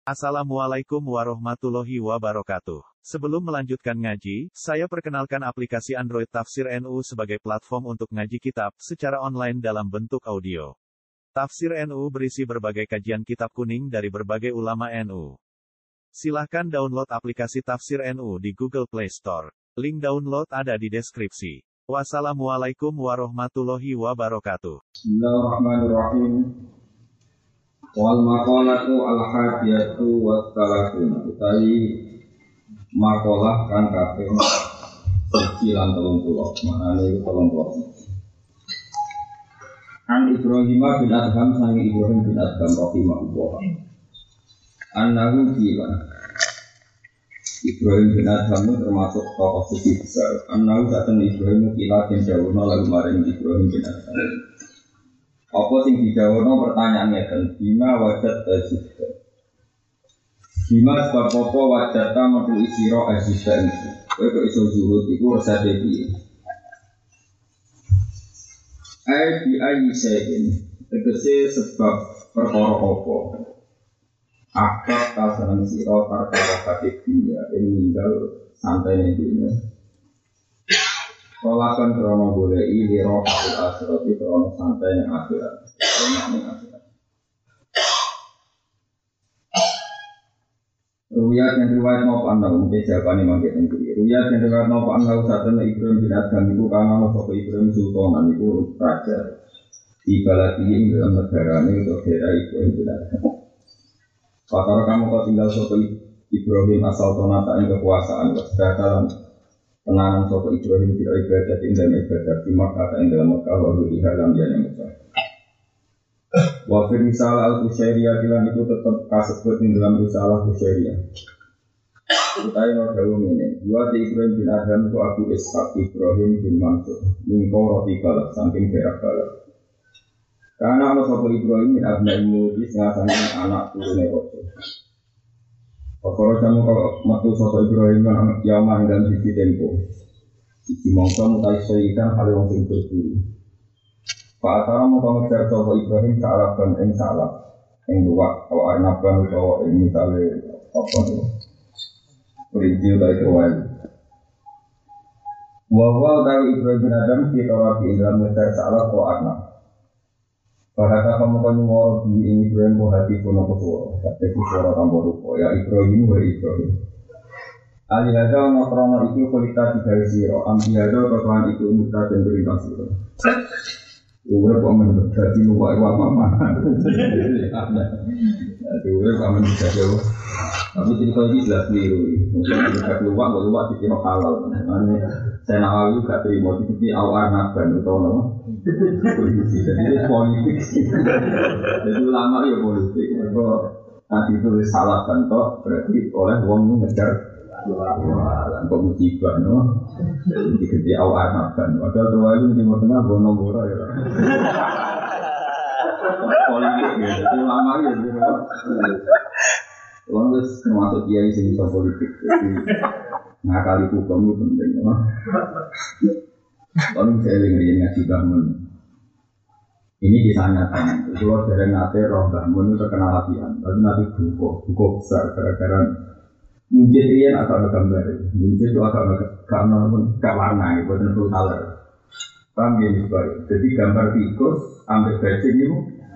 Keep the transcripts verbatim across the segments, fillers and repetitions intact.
Assalamualaikum warahmatullahi wabarakatuh. Sebelum melanjutkan ngaji, saya perkenalkan aplikasi Android Tafsir N U sebagai platform untuk ngaji kitab secara online dalam bentuk audio. Tafsir N U berisi berbagai kajian kitab kuning dari berbagai ulama N U. Silahkan download aplikasi Tafsir N U di Google Play Store. Link download ada di deskripsi. Wassalamualaikum warahmatullahi wabarakatuh. Bismillahirrahmanirrahim. Wal maqalatu al-hadiyatu wassalatuna utawi maqalah kang kaping siji lan telung puluh maknane iku telung puluh. An Ibrahim bin Adham sange Ibrahim bin Adham rahimahullah. Annahu qila Ibrahim bin Adham termasuk tokoh sufi besar. Annahu saten Ibrahim qila den dawuhna lalu maring Ibrahim bin Adham. Apa sing dijawono pertanyaan ngeten, bima wajat azizda. Bima sebab apa wajata metu isiro azizda itu. Kowe kok iso zuhud iku resete piye? Ai bi ayi sayin. Tegese sebab perkara apa? Akad kasaran sira perkara hati dunia ing ninggal santai ning dunya. Kolakan krono boleh ini roh al akhirat di krono santai yang akhirat, yang akhirat. Ruyat yang riwayat nopo anda mungkin jawabannya mungkin tentu. Ruyat yang riwayat nopo anda saatnya Ibrahim bin Adham itu karena nopo Ibrahim Sultanan itu raja di Baladiyin dalam negara ini untuk daerah Ibrahim bin Adham. Pakar kamu kau tinggal sopo Ibrahim asal tonata yang kekuasaan kesejahteraan. Tenanan sopo Ibrahim tidak ibadat ing dalam ibadat di Makkah ing dalam Makkah wa di halam yang Makkah. Wa fi risalah al-Qusyairiyah lan iku tetep kasebut ing dalam risalah Qusyairiyah. Utai no dawu ngene, buat Ibrahim bin Adham ku Abu Ishaq Ibrahim bin Mansur mingko roti balak saking daerah balak. Karena ana sopo Ibrahim bin Adham iki sengasane anak turune raja. Pokoknya kamu kalau matu sopo Ibrahim yang manggan sisi tempo, sisi mongso mutai soikan hal yang sing berburu. Pak Atara mau mengejar sopo Ibrahim salah dan eng salah, eng dua atau arnaban atau eng misalnya apa tu, perinciu dari terwal. Wawal dari Ibrahim bin Adham kita lagi dalam mengejar salah atau arnab. Bahasa kamu kan mau di ini Ibrahim mau hati pun aku suara, tapi suara tambah rupa. Ya Ibrahim wa Ibrahim. Alihada makrona itu kualitas tiga zero. Ambilada kekuatan itu unita dan berita zero. Udah kok menjadi lupa lupa mama. Jadi udah kok menjadi lupa. Tapi cerita ini jelas keliru. Mungkin tidak lupa, nggak lupa dikira halal. Saya nawawi gak terima seperti awal naban atau nama politik. Jadi itu politik. Jadi ulama ya politik. Kalau nanti tulis salah contoh berarti oleh wong ngejar dan musibah, no. Jadi gede awal naban. Padahal terwaju di timur tengah bono murah ya. Politik. Jadi ulama ya. Kalau terus termasuk dia di sini soal politik. Ngakali hukum itu penting, no? Kalau saya ingin ngaji bangun, ini kisah nyata. Kalau dari nate roh bangun itu terkenal latihan, tapi nanti buku, buku besar gara-gara muncul dia agak agak gambar, muncul itu agak agak karena agak warna, itu tentu color. Paham ya misalnya? Jadi gambar tikus ambil bajing itu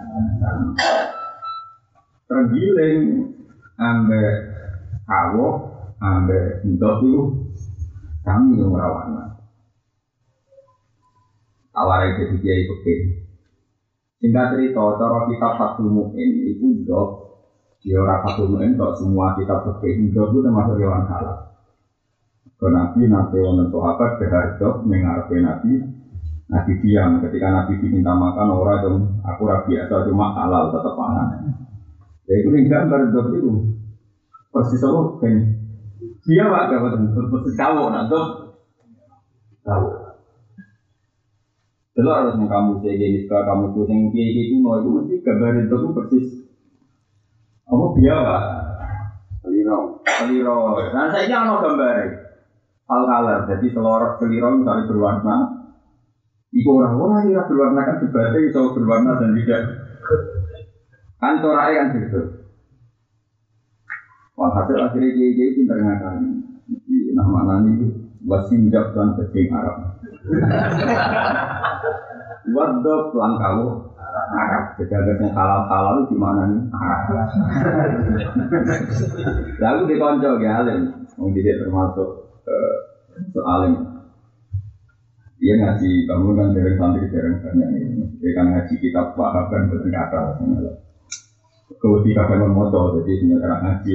tergiling ambil awok. Ambil untuk itu kami yang merawatnya. Awalnya jadi dia itu oke. Singkat cerita, cara kitab Fathul Mu'in itu dok. Dia orang Fathul Mu'in dok semua kitab oke. Dok itu termasuk hewan halal. Karena Nabi nanti orang sahabat berharap mengarahkan Nabi. Nabi diam ketika Nabi diminta makan orang itu aku rapi atau cuma halal tetap pangan. Jadi itu gambar dok itu persis apa kan? Dia pak kawan persis kamu nak dok tahu. Kalau harus kamu jadi sekolah kamu tuh yang kiai itu mau itu mesti gambar itu persis. Apa dia pak? Seliro, seliro. Nah saya ini ada gambar. Al-kalar, jadi selorok seliro misalnya berwarna. Iku orang-orang yang berwarna kan sebaliknya bisa berwarna dan tidak. Kan coraknya kan gitu. Walhasil akhirnya kiai-kiai pinter ngakali. Nah maknanya itu wasinjab dan bajing Arab. Wadok langkau Arab. Jadi halal-halal di mana nih Arab. Lalu dikonco ya alim, mungkin termasuk uh, soalim. Dia ngaji bangun kan dari santri dari banyak ini. Dia kan ngaji kitab paham kan betul kata. Ketika kan motor jadi sebenarnya ngaji.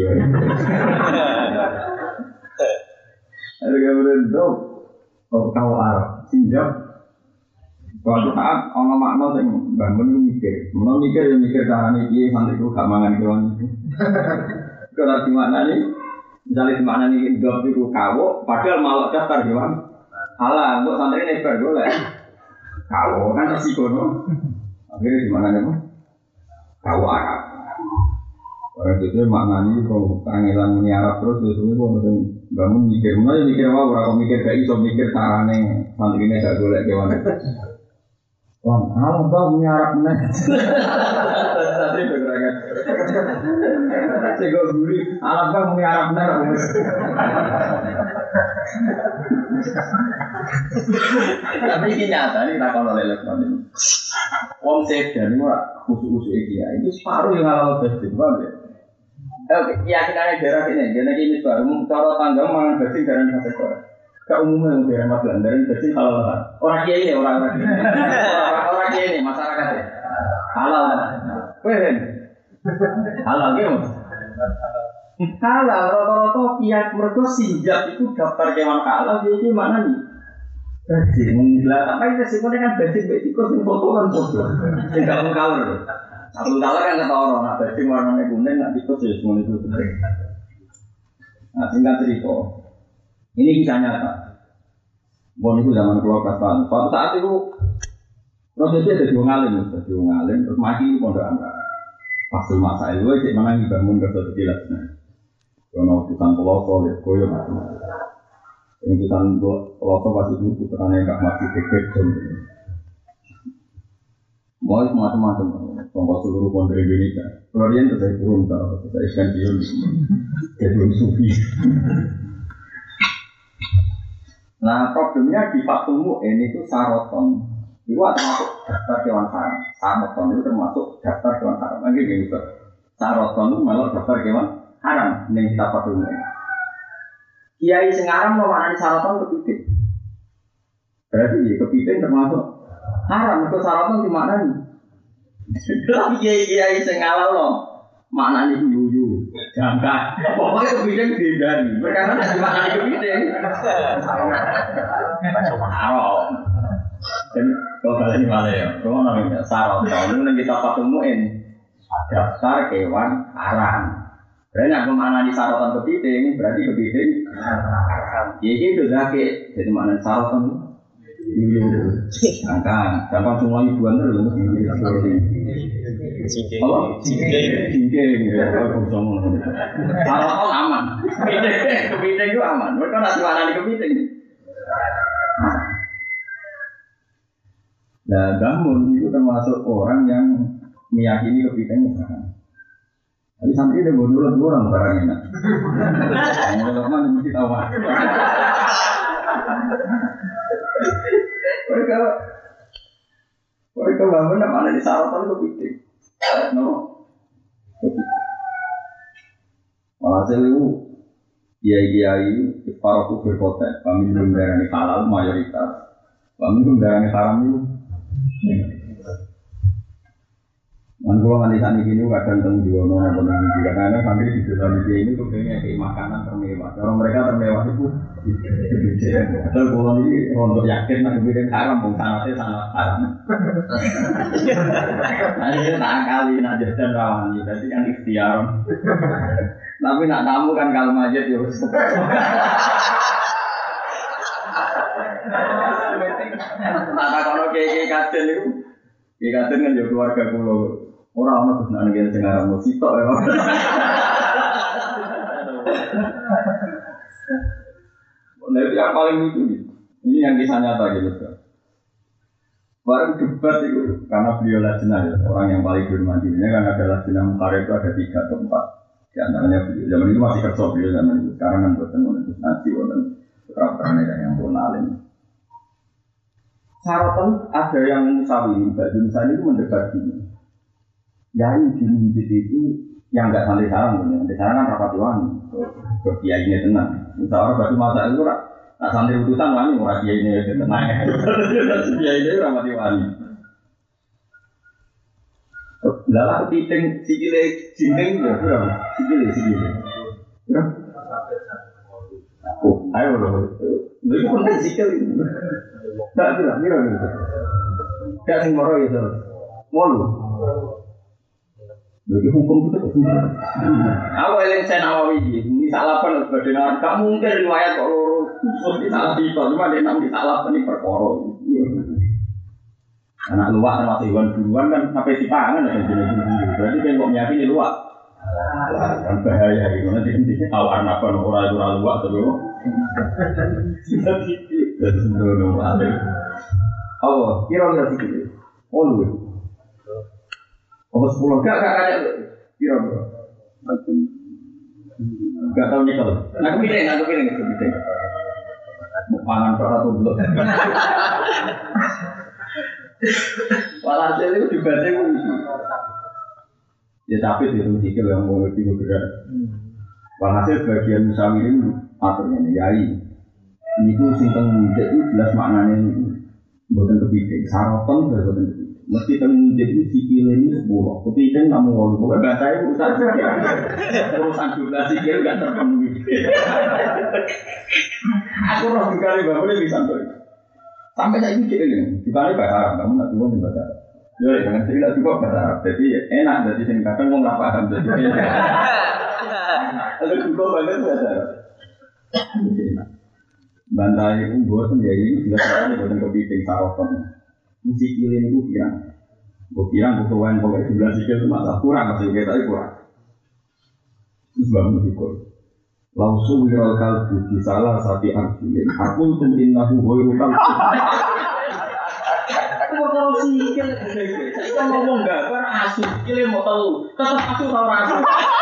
Ada kemudian dok, oh kau Arab, sinjab. Suatu saat orang makna yang bangun mikir, mau mikir ya mikir cara ni dia santri itu gak mangan kewan itu. Kalau di mana ni, misalnya di mana ni dok itu kau, padahal malah daftar kewan. Alah, untuk santri ini boleh. Kau kan resiko no. Akhirnya di mana ni? Kau Arab. Orang itu maknanya kalau kangelan muni Arab terus biasanya kalau macam bangun mikir, mana mikir apa? Orang mikir gak iso mikir carane santri ini gak boleh kewan. Wah, alam bang muni Arab nih. Santri bergerak. Sego gurih, alam bang muni Arab nih. Tapi ini nyata ini tak kalau elektronik. Wong sedan ini ora khusus-khusus iki ya. Itu separuh yang halal bajing, paham ya? Oke, keyakinannya daerah ini, daerah ini separuh. Cara tangga mangan bajing dari sate kor. Ke umumnya yang daerah Magelang dari bajing halal kan. Orang kiai ini, orang orang kiai. Orang kiai ini masyarakat ya. Halal kan. Wehen. Halal gitu. Halal rata-rata kiai mereka sinjab itu daftar kewan halal jadi mana nih? Bajing, lah tapi resikonya kan bajing baik tikus yang foto kan foto, tidak mengkaler. Satu kaler kan kata orang, nah bajing warnanya kuning, nah tikus ya semua itu betul. Nah singkat cerita, ini kisah nyata. Bon itu zaman keluar kastan. Pada saat itu prosesnya ada dua ngalim, ada dua ngalim, terus mati pondok angka. Pas masa itu, cek mana dibangun ke suatu jelasnya. Kalau urusan pelosok, ya koyo macam. Intisan pelosok pasti itu puterannya gak mati deket dan mau macam-macam contoh seluruh pondok Indonesia Florian itu saya turun tahu saya iskandion dia belum sufi. Nah problemnya di Fathul Mu'in itu saroton itu termasuk daftar kewan haram. Saroton itu termasuk daftar kewan haram lagi gitu. Saroton itu malah daftar kewan haram yang kita Fathul Mu'in. Kiai sengaram mau mana di sarapan kepiting. Berarti ya kepiting termasuk haram itu sarapan di mana nih? Tapi kiai kiai sengalam loh mana nih yuyu jangka. Pokoknya kepiting dihindari. Perkara di mana nih kepiting? Haram. Dan kalau kalian malah ya, kalau namanya sarapan itu kita ketemuin daftar kewan haram. Berarti aku mana di sarotan kepiting, berarti kepiting ya itu zakit. Jadi mana di sarotan yuyu jangka, jangka semua ibuan terus cingking cingking sarotan aman, kepiting itu aman. Mereka nanti mana di kepiting. Nah, bangun itu termasuk orang yang meyakini kepiting bukan. Jadi santri udah berdua dua orang barang enak. Yang udah mana mesti tahu. Mereka, mereka bangun mana di sarapan kepiting. No, malah selalu kiai-kiai para kubur kota, kami belum berani halal mayoritas, kami belum berani haram itu. Man kalau nanti saat ini kadang tentang Jono atau tentang Jira karena sambil di dalam ini tuh kayaknya kayak makanan termewah. Kalau mereka termewah itu gede. Atau kalau ini rontok yakin nak kemudian haram, bung sangatnya sangat haram. Nanti kita tak kali nak jajan rawan, jadi kan ikhtiar. Tapi nak tamu kan kalau majid ya. Nah kalau kayak kajen itu, kayak kajen kan juga keluarga kulo. Orang orang tuh negara Tenggara mau sitok ya. Nah itu yang paling lucu nih. Ini yang kisah nyata gitu kan. Baru debat itu karena beliau lajnah ya, orang yang paling bermandinya kan ada lajnah Mukarib itu ada tiga atau empat. Di antaranya beliau zaman itu masih kerja beliau zaman itu. Sekarang kan buatan menulis nasi, buatan putra-putranya yang pun alim. Syaratan ada yang musawi, Mbak Junsan itu mendebat gini. Yang di masjid itu yang nggak sampai sarang, sampai sarang kan rapat wani, ke kiainya tenang. Misalnya batu masa itu lah, tak santri utusan wani, murah kiainya tenang. Kiainya rapat wani. Lalu kepiting sikile jingking ya, berapa? Sikile sikile. Berapa? Oh, ayo loh. Itu penting sikil itu. Tak berapa, berapa itu? Tak sing moro itu. Molu. Jadi hukum itu sebenarnya. Aku eling saya Nawawi ini salah apa sebagai orang. Gak mungkin riwayat kok loro khusus salah itu, cuma dia nak salah ini perkara. Anak luak termasuk hewan buruan kan sampai di tangan ada jenis-jenis. Berarti kan kok meyakini luak. Kan bahaya gitu. Nanti intinya awal apa orang itu orang luak atau apa? Jadi sebelum ada. Oh, kira-kira sih. Oh lu. Oh sepuluh gak gak kayak kira-kira. Gak tahu nih kalau. Aku pilih, aku pilih, aku pilih. Pangan berapa tuh belum? Walhasil itu dibaca itu. Ya tapi di rumah sikil yang mau lebih bergerak. Walhasil bagian musawirin aturnya nih, yai. Ini tuh singkong jadi jelas maknanya ini. Bukan kepiting, saroton sudah bukan kepiting. Meski tengah jadi sikil ini sepuluh, kepiting kamu mau lupa. Bahasa itu urusan sikil. Urusan jumlah sikil nggak terpenuhi. Aku roh juga nih bapak ini bisa tuh. Sampai saya ini ini, bukannya bahasa Arab, kamu nak juga bahasa Arab. Ya, jangan cerita juga bahasa Arab. Jadi enak, jadi sing kadang mau nggak paham. Jadi ada juga banget bahasa Arab. Bantai umur ya ini jelas sekali bukan kepiting saroton. Isi kilin itu pirang. Gue pirang butuh uang pokoknya sebelah sikil itu masalah kurang, masih kita itu kurang. Terus bangun juga. Langsung viral kalbu di salah satu artinya. Aku untuk innahu hoiru kalbu. Aku kalau sikil, saya ngomong gambar asu sikilnya mau tahu, tetap asu tahu asu.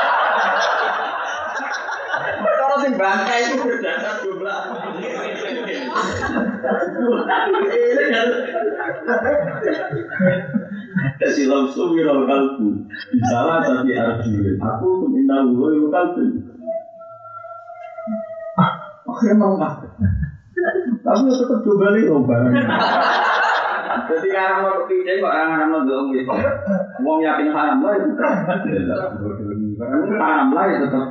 Kalau sing bangkai itu berdasar jumlah. Jadi langsung viral kalbu di salah satu artinya. Aku untuk innahu hoiru kalbu. Akhirnya mau nggak? Tapi tetap coba nih loh barang. Jadi karena mau kepiting kok orang-orang mau dong gitu. Mau yakin haram lah itu. Karena haram lah itu tetap.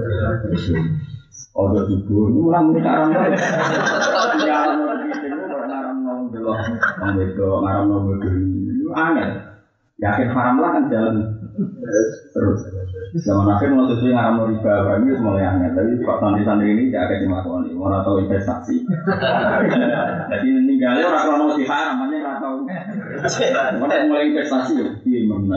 Oh udah subuh, ini malah mau haram lah. Jangan mau kepiting kok haram mau belok, mau belok, haram mau belok. Itu aneh. Yakin haram lah kan jalan terus. Zaman akhir mau sesuai ngaram mau riba, kami mulai aneh. Tapi pak santri-santri ini tidak akan dimakoni, mau tahu investasi. Jadi ninggalnya orang orang si haram, namanya nggak tahu. Mau mulai investasi ya, iya mana?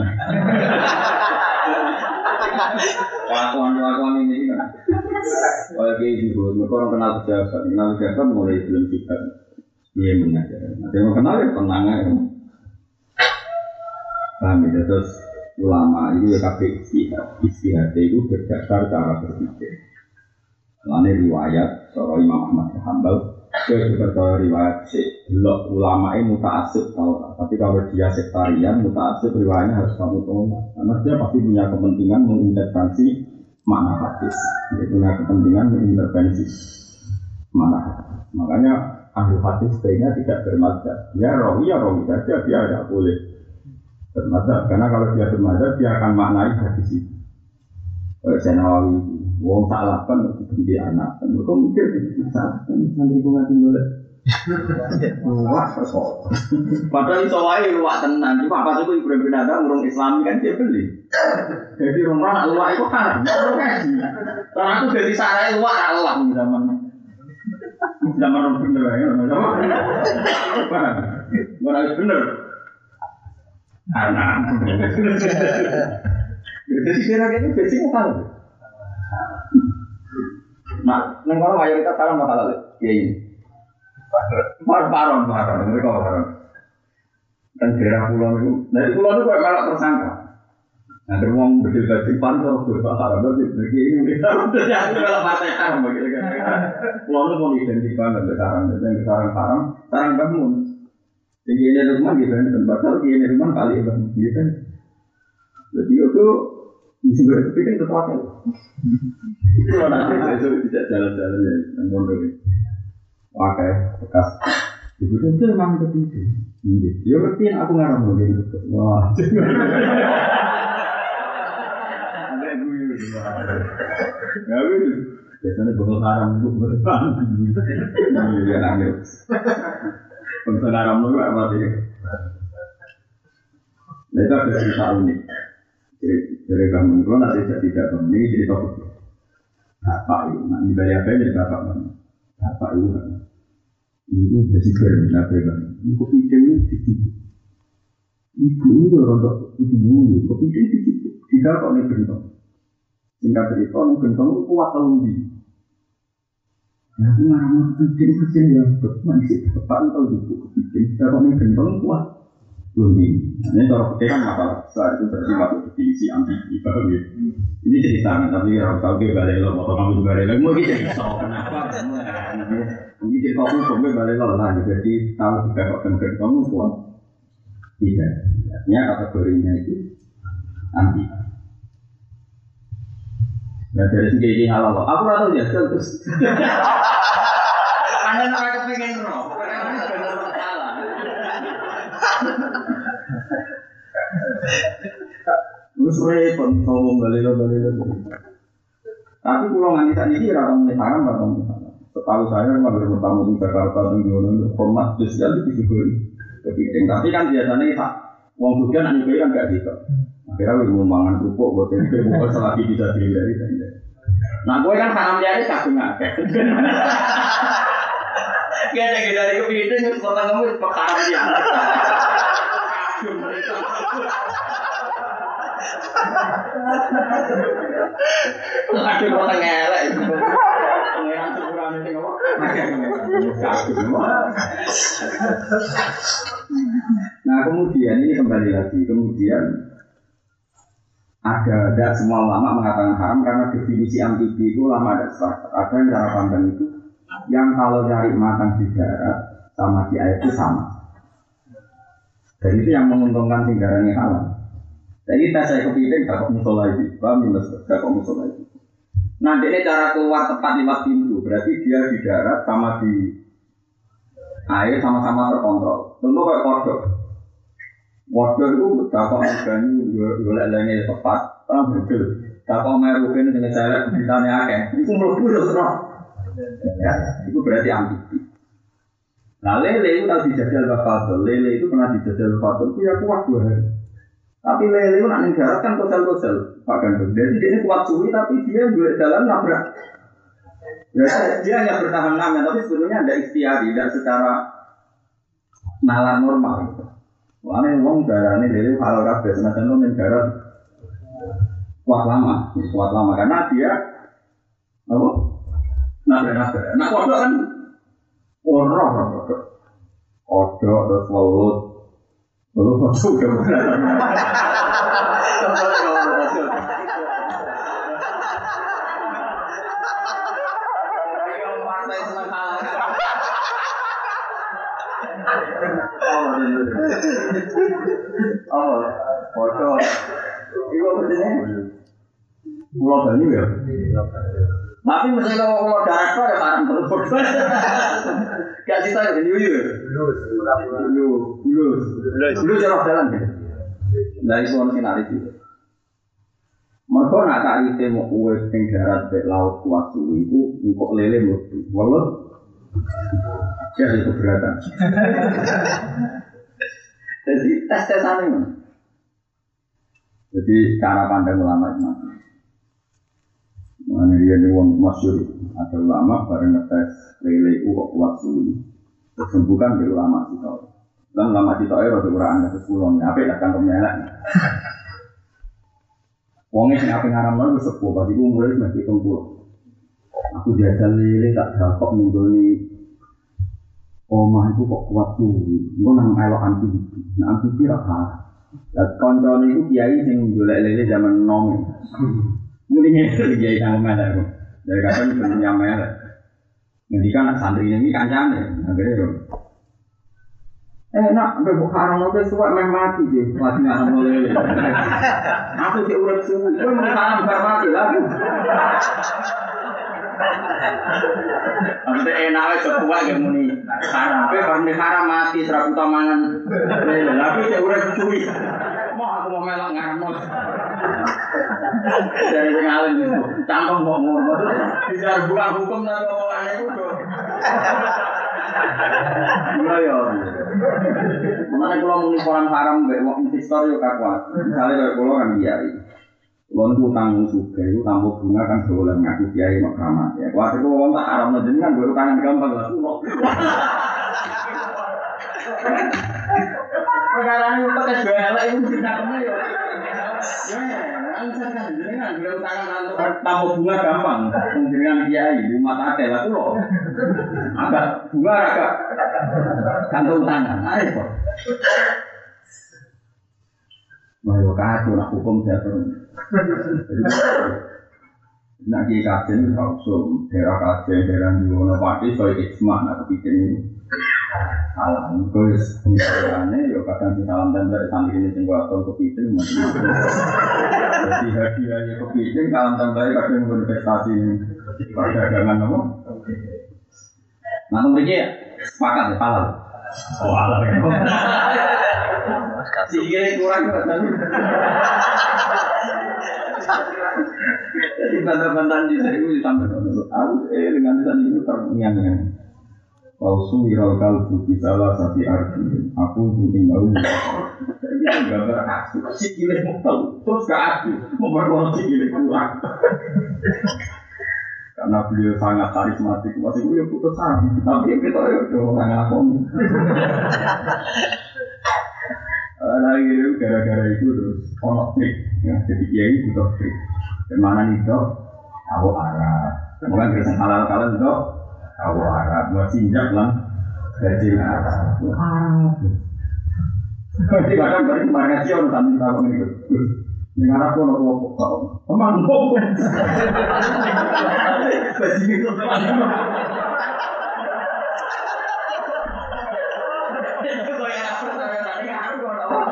Kelakuan-kelakuan ini kan. Kalau kayak gitu, mereka orang kenal pejabat, kenal pejabat mulai belum sifat. Iya mana? Nanti mau kenal ya tenang aja. Paham ya, terus ulama itu ya kabeh istihad. Istihad itu berdasar cara berpikir. Lainnya riwayat cara Imam Ahmad bin Hanbal, dia berkata riwayat sih, belok ulama ini muta'assib tau. Tapi kalau dia sektarian, muta'assib riwayatnya harus kamu tolak. Karena dia pasti punya kepentingan mengintervensi makna hadis. Dia punya kepentingan mengintervensi makna hadis. Makanya ahli hadis sebaiknya tidak bermadzhab. Ya rawi ya rawi saja, dia tidak boleh bermadzhab, karena kalau dia bermadzhab dia akan maknai hadis itu. Kalau saya Nawawi, wong salah kan dibenci anak, kan mereka mikir salah kan santri bunga tinggal. Wah, kok. Padahal itu wae luak tenan, cuma pas itu Ibrahim bin Adham urung Islami kan dia beli. Jadi rumah nak luak itu haram, orang kaji. Karena aku dari sarai luak Allah di zaman zaman orang bener ya, zaman. Paham? Orang bener. Anak. Jadi kira-kira itu basic apa? Nah, nengok mayoritas salam bakal ada. Ya ini. Paron, paron, mereka paron. Dan daerah pulau itu, dari pulau itu kayak malah tersangka. Nah, teruang berdil-berdil pan kalau berbahasa Arab itu begini, terjadi dalam partai haram begitu kan? Pulau itu mau identik banget besaran, dan besaran haram, sarang bangun. Tinggi ini rumah gitu kan, bakal tinggi ini rumah kali bangun gitu kan. Jadi itu mesti berpikir sesuatu. Kalau nanti itu tidak jalan-jalan ya, yang bodoh ini. Pakai bekas. Itu itu memang begitu. Ya ngerti aku ngaram loh gitu. Wah. Gak gitu. Biasanya botol haram itu bertahan. Iya nangis. Botol haram itu apa sih? Nah itu ada cerita unik. Dari kamu itu nanti saya tidak tahu ini cerita itu. Bapak itu, nah di balik apa ini bapak mana? Bapak itu kan. Ibu besi berbeda beda. Ibu pincangnya di situ. Ibu itu rontok itu bulu. Kepincang di situ. Tidak kok nih gentong. Singkat cerita, nih gentong itu kuat telur di. Ya aku ngarang pincang-pincang yang bermaksud bapak itu tahu juga kepincang. Tidak kok nih gentong kuat telur di. Ini cara petik kan masalah besar itu berarti masuk definisi anti ibadah gitu. Ini cerita, tapi harus tahu ke balai lo, atau kamu juga balai lo. Mau kita risau kenapa? Mungkin cerita hukum ke balai lo lah. Jadi tahu juga kok gentong itu kuat. Tidak. Artinya kategorinya itu anti. Nah dari segi ini halal loh. Aku rasa ya terus. Anda nak kepingin roh. Terus repot ngomong balelo balelo. Tapi pulau Manisan ini rata mulai haram rata mulai haram. Setahu saya kalau bertamu di Jakarta dan di Jogja format spesial itu juga kepiting. Tapi kan biasanya tak uang juga nak nyukai kan gak gitu. Akhirnya gue mau mangan kerupuk buat yang gue buat selagi bisa dihindari saja. Nah gue kan haram jadi kagum akeh. Kita dari kepiting terus kota kamu pekaram dia. Aduh kok ngelak itu. Pengeran sekurang itu ngomong. Nah kemudian ini kembali lagi. Kemudian ada ada semua ulama mengatakan haram karena definisi amfibi itu ulama ada sepakat. Ada yang cara pandang itu yang kalau cari makan di darat sama di air itu sama. Dan itu yang menguntungkan tinggarannya halal. Jadi tes saya kepiting tak kok musola lagi, paham minus tak kok musola lagi. Nah ini cara keluar tepat lewat pintu, berarti dia di darat sama di air sama-sama terkontrol. Contoh kayak kodok, kodok itu tak kok organik, golek lainnya tepat, paham betul. Tak kok merufin dengan cara kepitannya akeh, itu melebur terus. Ya, itu berarti amfibi. Nah lele itu tahu dijajal bakal, lele itu pernah dijajal bakal, itu ya kuat dua hari. Tapi lele itu nak darat kan kosel-kosel, Pak Gandum. Jadi dia ini kuat suwi, tapi dia juga jalan nabrak. Ya, dia hanya bertahan lama, tapi sebetulnya ada ikhtiari, tidak secara nalar normal. Gitu. Soalnya uang darah ini lele halal kabeh, senajan itu darat kuat lama, kuat lama karena dia apa? Nabrak-nabrak. Nah kodok kan orang kodok, kodok terus welut. Belum masuk ke mana? Oh, foto. Ibu begini. Pulau Bali ya. Tapi mesti kalau kalau darat tuh ada barang terus. Gak sih saya ini yuk. Bulus, bulus, bulus, bulus jalan jalan kan. Dari suara sinar itu. Mereka nak kali itu mau kue yang darat di laut kuat suwi itu untuk lele mesti. Walau jadi keberatan. Jadi tes tesan ini. Jadi cara pandang ulama itu. Mana dia di wong masyhur ada ulama bareng ngetes lele itu kok kuat suwi. Terus bukan di ulama kita. Dan ulama kita itu ada orang anda sesulongnya. Apa ya kan kemelak. Wongnya sing ape ngaramno wis sepuh, pasti umure wis pitung puluh. Aku jajal lele tak dakok ninggoni omah itu kok kuat suwi. Engko nang elok anti. Nah anti ra. Lah kanca niku kiai sing golek lele zaman nom. Mendinge kiai nang mana aku. Dari kapan ben nyamel. Ngendikan santri ini kancane, akhirnya yo. Eh nak, sampai bukan orang itu suka main mati sih, mati nggak mau lele. Aku sih urut suhu, gue mau kalah bukan mati lah. Nanti enaknya sebuah yang muni haram, tapi kalau haram mati serabu tamangan lele. Tapi sih urut suhu, mau aku mau melak ngamuk. Dari pengalim itu, cangkem mau ngomong, bisa bukan hukum nanti omongannya itu. Iya ya. Mengenai kalau muni orang haram, bawa investor yuk kakuat. Misalnya kalau kan kiai, kalau itu tanggung suka, itu tambah bunga kan sebulan ngaku kiai mak keramat ya. Kuat itu orang tak haram aja kan baru tangan gampang lah. Perkara ini pakai jual itu tidak kena ya. Ya, misalkan jenengan baru tangan tambah bunga gampang, jenengan kiai rumah tate lah tuh. Agak bunga agak kantung tangan, ayo kok. Mayo kacau nak hukum diatur. Nak kiai kajen langsung daerah kajen daerah di mana pati soal isma nak bikin ini. Alam terus misalnya, yo kadang di salam tempel santri ini tinggal atau kepiting macam. Jadi hadiahnya kepiting salam tempel kadang berinvestasi perdagangan apa? Nah, kemudian sepakat ya halal. Oh halal ya. Sikile kurang kan. Jadi bantah-bantahan di sini disampaikan dulu. Aku eh dengan tulisan itu terngiang-ngiang. Lausu viral kalbu bisalah sapi arti. Aku mungkin tahu. Jadi gambar asu. Sikile mau tahu. Terus ke asu. Memperkuat sikile kurang. Karena beliau sangat karismatik, masih gue putus asa. Tapi kita udah orang ngakon. Nah itu gara-gara itu terus ono trik, ya. Jadi kiai butuh trik. Kemana nih dok? Tahu Arab. Bukan kerja halal kalian dok. Tahu Arab. Mau sinjak lah. Gaji Arab. Arab. Jadi kadang beri margasi orang sambil kita mengikat. Dengan aku nak bawa kau, memang bawa. Baju itu memang. Itu kau yang aku tanya tadi aku nak bawa.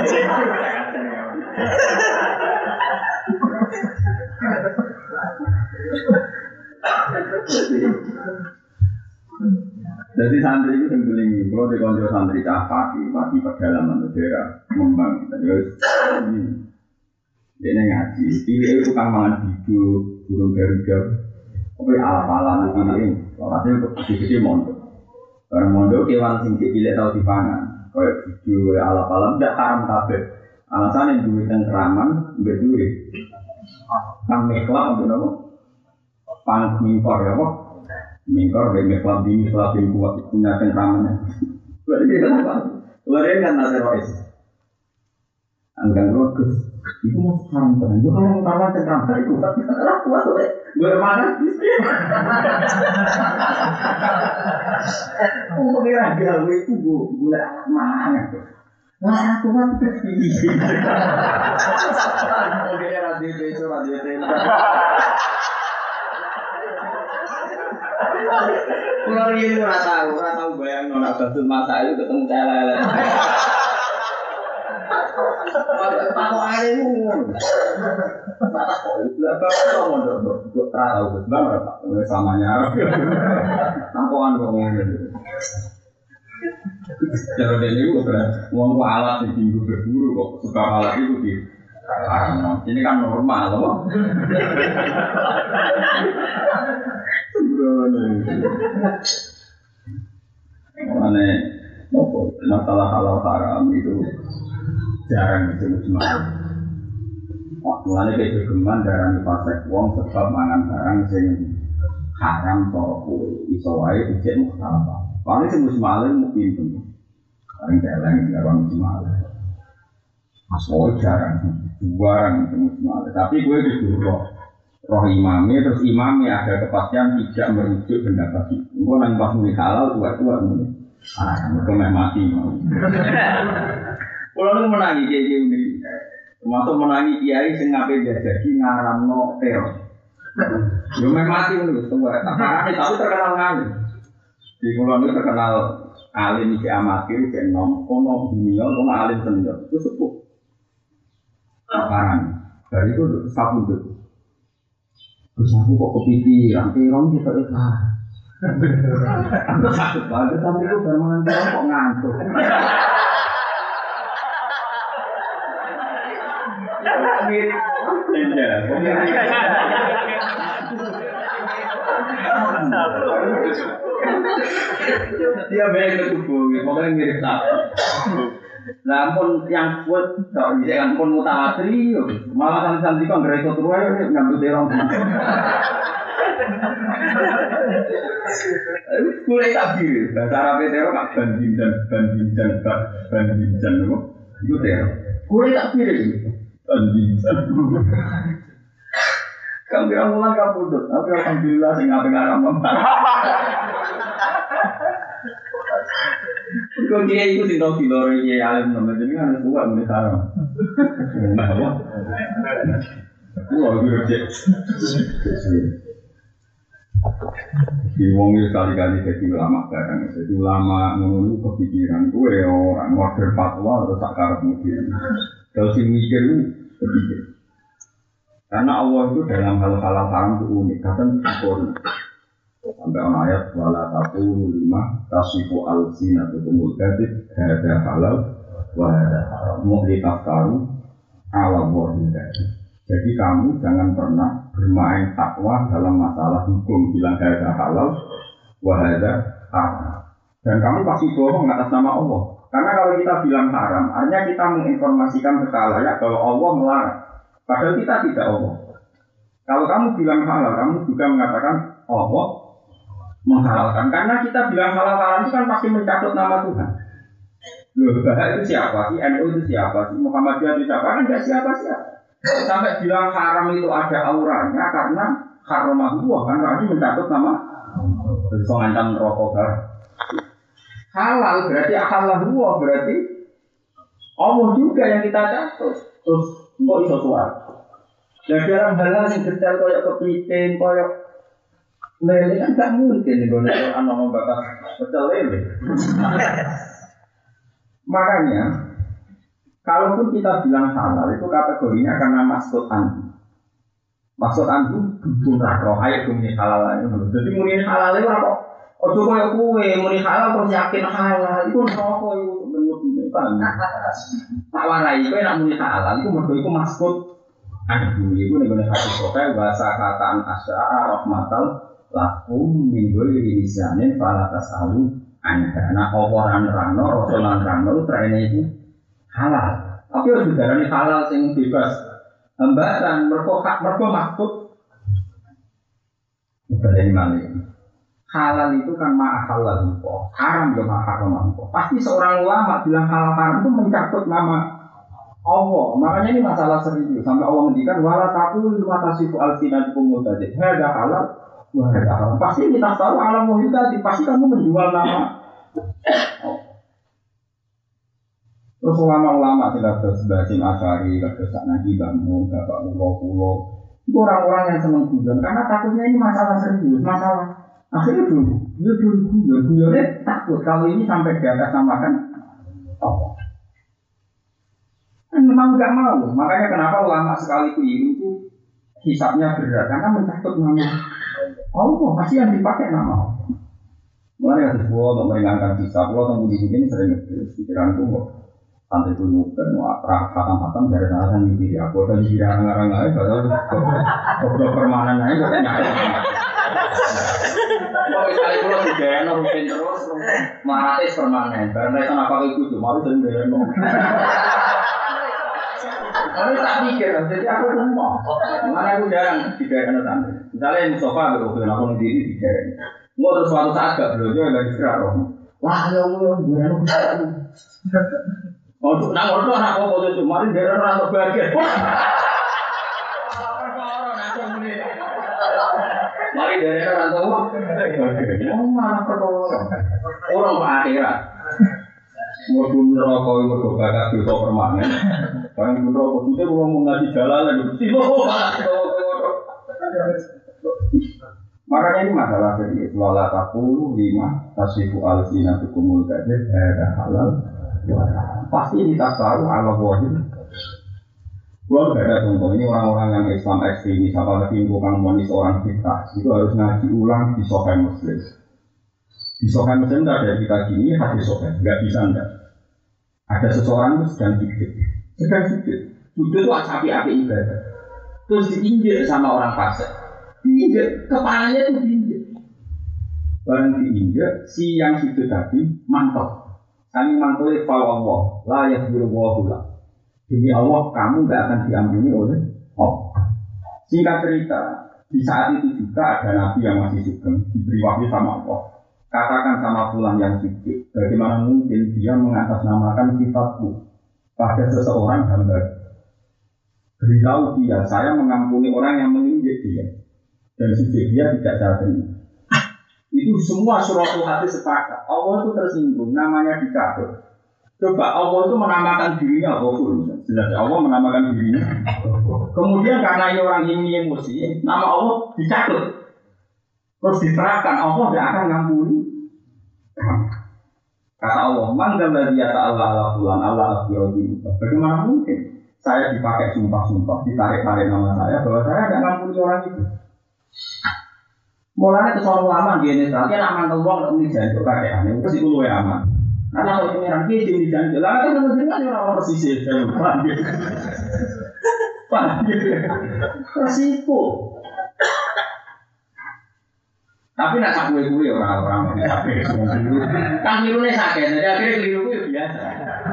Jadi santri itu sembelih, kalau di konco santri cahpati, pati pedalaman daerah Membang. Terus ini. Dia ngaji, pilih itu kan mangan hidup, burung garuda, tapi ala-ala nanti ini, hasil untuk gede-gede mondok. Orang mondok kewan sing cilik tahu dipangan, kayak hidup, kayak ala-ala, tidak haram kabeh. Alasan yang duit yang keraman, nggak duit. Kan meklap untuk apa? Pan mingkor ya apa? Mingkor, dan meklap di meklap yang kuat punya cengkramannya. Berarti kita apa? Luarin kan nasi rois. Anggang rogus. Itu mau sekarang kan, gue kalau kawan cengkram dari gue, tapi kan kuat tuh, gue mana? Untuk kira gawe itu gue, gue mana tuh? Nah, aku kan terpilih. Oke, radio itu, radio itu. Kalau ini nggak tahu, nggak tahu bayang nona betul masa itu ketemu lele. Tahu aja itu, tahu itu apa? Kalau mau dok, dok tahu betul berapa? Samanya, tahuan ngomong itu. Cara dia itu berat, uang alat di minggu berburu kok suka alat itu di. Ini kan normal loh. Mana, masalah halal haram itu jarang disebut semua. Mulanya kayak jogeman darah di pasek wong sebab mangan barang sing haram toko iso wae ijek mukhtalafah. Paling sing musmalih mungkin tuh. Paling celeng sekarang musmalih. Mas oh jarang, jarang sing musmalih. Tapi gue disuruh roh, roh imamnya terus imamnya ada kepastian tidak merujuk pendapat itu. Gue nang pas muni halal tua tua muni. Ah, mereka mah mati mau. Kalau lu menangi kayak gini, termasuk menangi kiai sing ngapain jadi ngaramno teror. Yo mati ngono semua. Tapi tapi terkenal ngalim. Di pulau itu terkenal alim di amatir, di nom, kono dunia, kono alim senior. Itu sepuh. Parang. Dari itu sapu itu. Terus aku kok kepikiran, terong kita itu. Aku sakit banget, tapi itu bermangan terong kok ngantuk. Mirip. Dia banyak ketubuh, pokoknya mirip sapi. Nah, pun yang kuat, kalau bisa kan pun mutawatir, malah santri-santri kan gerai kotor aja, ngambil terong. Kulai tabir, bahasa Arab terong kan banding dan banding dan banding dan itu terong. Kulai tabir itu banding dan. Kamu bilang mulan kamu pudut, tapi alhamdulillah sih ngapain ngaram memang. Kau dia itu sih tahu filor dia alim nama jadi kan harus buat mulai haram. Wah gue cek. Di wong itu kali-kali jadi ulama kadang, jadi ulama menurut kepikiran gue orang wajar fatwa atau tak karep mungkin. Kalau si mikir itu berpikir. Karena Allah itu dalam hal-hal haram itu unik, kadang sempurna. Sampai orang ayat wala taqulu lima tasifu alsinatukumul kadhib hadza halal wa hadza haram mu'litaftaru ala wahil kadhib. Jadi kamu jangan pernah bermain takwa dalam masalah hukum bilang hadza halal wa hadza haram. Dan kamu pasti bohong atas nama Allah. Karena kalau kita bilang haram, artinya kita menginformasikan ke khalayak bahwa Allah melarang. Padahal kita tidak Allah. Kalau kamu bilang halal, kamu juga mengatakan Allah menghalalkan. Karena kita bilang halal-halal itu kan pasti mencatut nama Tuhan. Loh, bahaya itu siapa sih? N U itu siapa sih? Muhammadiyah itu siapa? Kan tidak siapa-siapa. Sampai bilang haram itu ada auranya karena haramah Allah kan berarti mencatut nama. Terus mengancam rokok kan. Halal berarti halal Allah berarti Allah juga yang kita catut. Terus kok iso suara. Dan dalam hal yang detail koyok kepiting, koyok lele kan tak mungkin nih kalau anak membakar pecel lele. Makanya, kalaupun kita bilang halal itu kategorinya karena maksud anhu. Maksud anhu bukan roh ayat muni halal itu. Jadi muni halal itu apa? Ojo koyok kue muni halal terus yakin halal itu rokok itu bentuk ini kan. Tak warai itu nak muni halal itu mergo itu maksud anhu itu nih bener hati sokai bahasa kataan asya'a rahmatal lakum minggul irisanin falatas alu anha nah oporan rano rosolan rano ternyata itu halal tapi harus didarani halal sing bebas hambatan merkohak merkoh maksud bukan dari mana halal itu kan ma'ahalal lupa haram juga ma'aharam lupa pasti seorang ulama bilang halal haram itu mencatut nama Allah, makanya ini masalah serius. Sampai Allah mendikan wala taqulu lima tasifu alsinatukum mutadid. Hadza halal wa hadza haram. Pasti kita tahu alam muhitati, pasti kamu menjual nama. Oh. Terus ulama-ulama sing kados Basim Asy'ari, kados Nabi Bangun, Bapak Ulo-ulo. Itu orang-orang yang senang guyon karena takutnya ini masalah serius, masalah. Akhirnya dulu, dia dulu guyon, guyonnya takut kalau ini sampai di atas samakan Allah. Memang nggak mau, makanya kenapa ulama sekali keliru itu hisabnya berat karena mencatut nama Allah pasti yang dipakai nama Allah. Mulai dari gua untuk meringankan hisab, gua tunggu di sini sering ngebis pikiranku kok santai dulu dan mau khatam-khatam dari sana kan di aku dan di orang-orang lain kalau goblok permanen aja kok nyari. Kalau misalnya gua sudah rutin terus, maratis permanen. Karena sana pakai kudu, malu sering berdemo. Kalau tak pikir, jadi aku rumah. Mana aku jarang di daerah santri. Misalnya Mustafa berhubung aku sendiri di daerah. Mau terus suatu saat gak belajar lagi istirahat. Wah ya Allah, daerah aku jarang. Untuk nang orang anak aku foto cuma di daerah orang terbahagia. Mari daerah orang tua. Oh malah perkara. Orang akhirat. Mau bumi rokok, mau bakar dosa permanen. Barang bumi rokok itu kalau mau ngaji jalan lagi, makanya ini masalah serius. Wala takulu lima tasifu al-sina tukumul gajah ada halal. Pasti ini tak tahu ala wahid. Kalau tidak ada contoh, ini orang-orang yang Islam ekstremis, apalagi tukang monis orang kita, itu harus ngaji ulang di Sahih Muslim. Di Sahih Muslim tidak ada kita gini, hadis Sahih, nggak bisa enggak. Ada seseorang itu sedang sujud, sedang sujud, sujud itu api-api ibadah. Terus diinjek sama orang fasik, diinjek, kepalanya itu diinjek. Barang diinjek, si yang sujud tadi mantap. Saling mantulnya Allah, la yaghfirullahu. Demi Allah, kamu tidak akan diampuni oleh Allah. Singkat cerita, di saat itu juga ada nabi yang masih sugeng, diberi wahyu sama Allah. Katakan sama fulan yang sujud, bagaimana mungkin dia mengatasnamakan sifatku pada seseorang hamba. Beritahu dia, saya mengampuni orang yang menginjek dia, dan sujud dia tidak saya terima. Itu semua suratul hati sepakat. Allah itu tersinggung, namanya dicabut. Coba Allah itu menamakan dirinya Ghafur. Jelas Allah menamakan dirinya. Kemudian karena ini orang ini emosi, nama Allah dicabut. Terus diterapkan Allah tidak akan ngampuni. Kata Allah, "Man dzalladzi yata'alla 'ala fulan Allah asyhadu." Bagaimana mungkin saya dipakai sumpah-sumpah, ditarik-tarik nama saya bahwa saya tidak ngampuni orang itu. Mulanya kesono lama gini, tapi aman uang untuk dijanjuk kakeane, terus iku luwe aman. Karena kalau pengiran dia jadi janji, lah kan teman-teman orang persisir, saya lupa. Resiko. Tapi nak sakwe kue orang-orang yang sakwe. Kan kelirunya sakit, jadi akhirnya keliru kue biasa.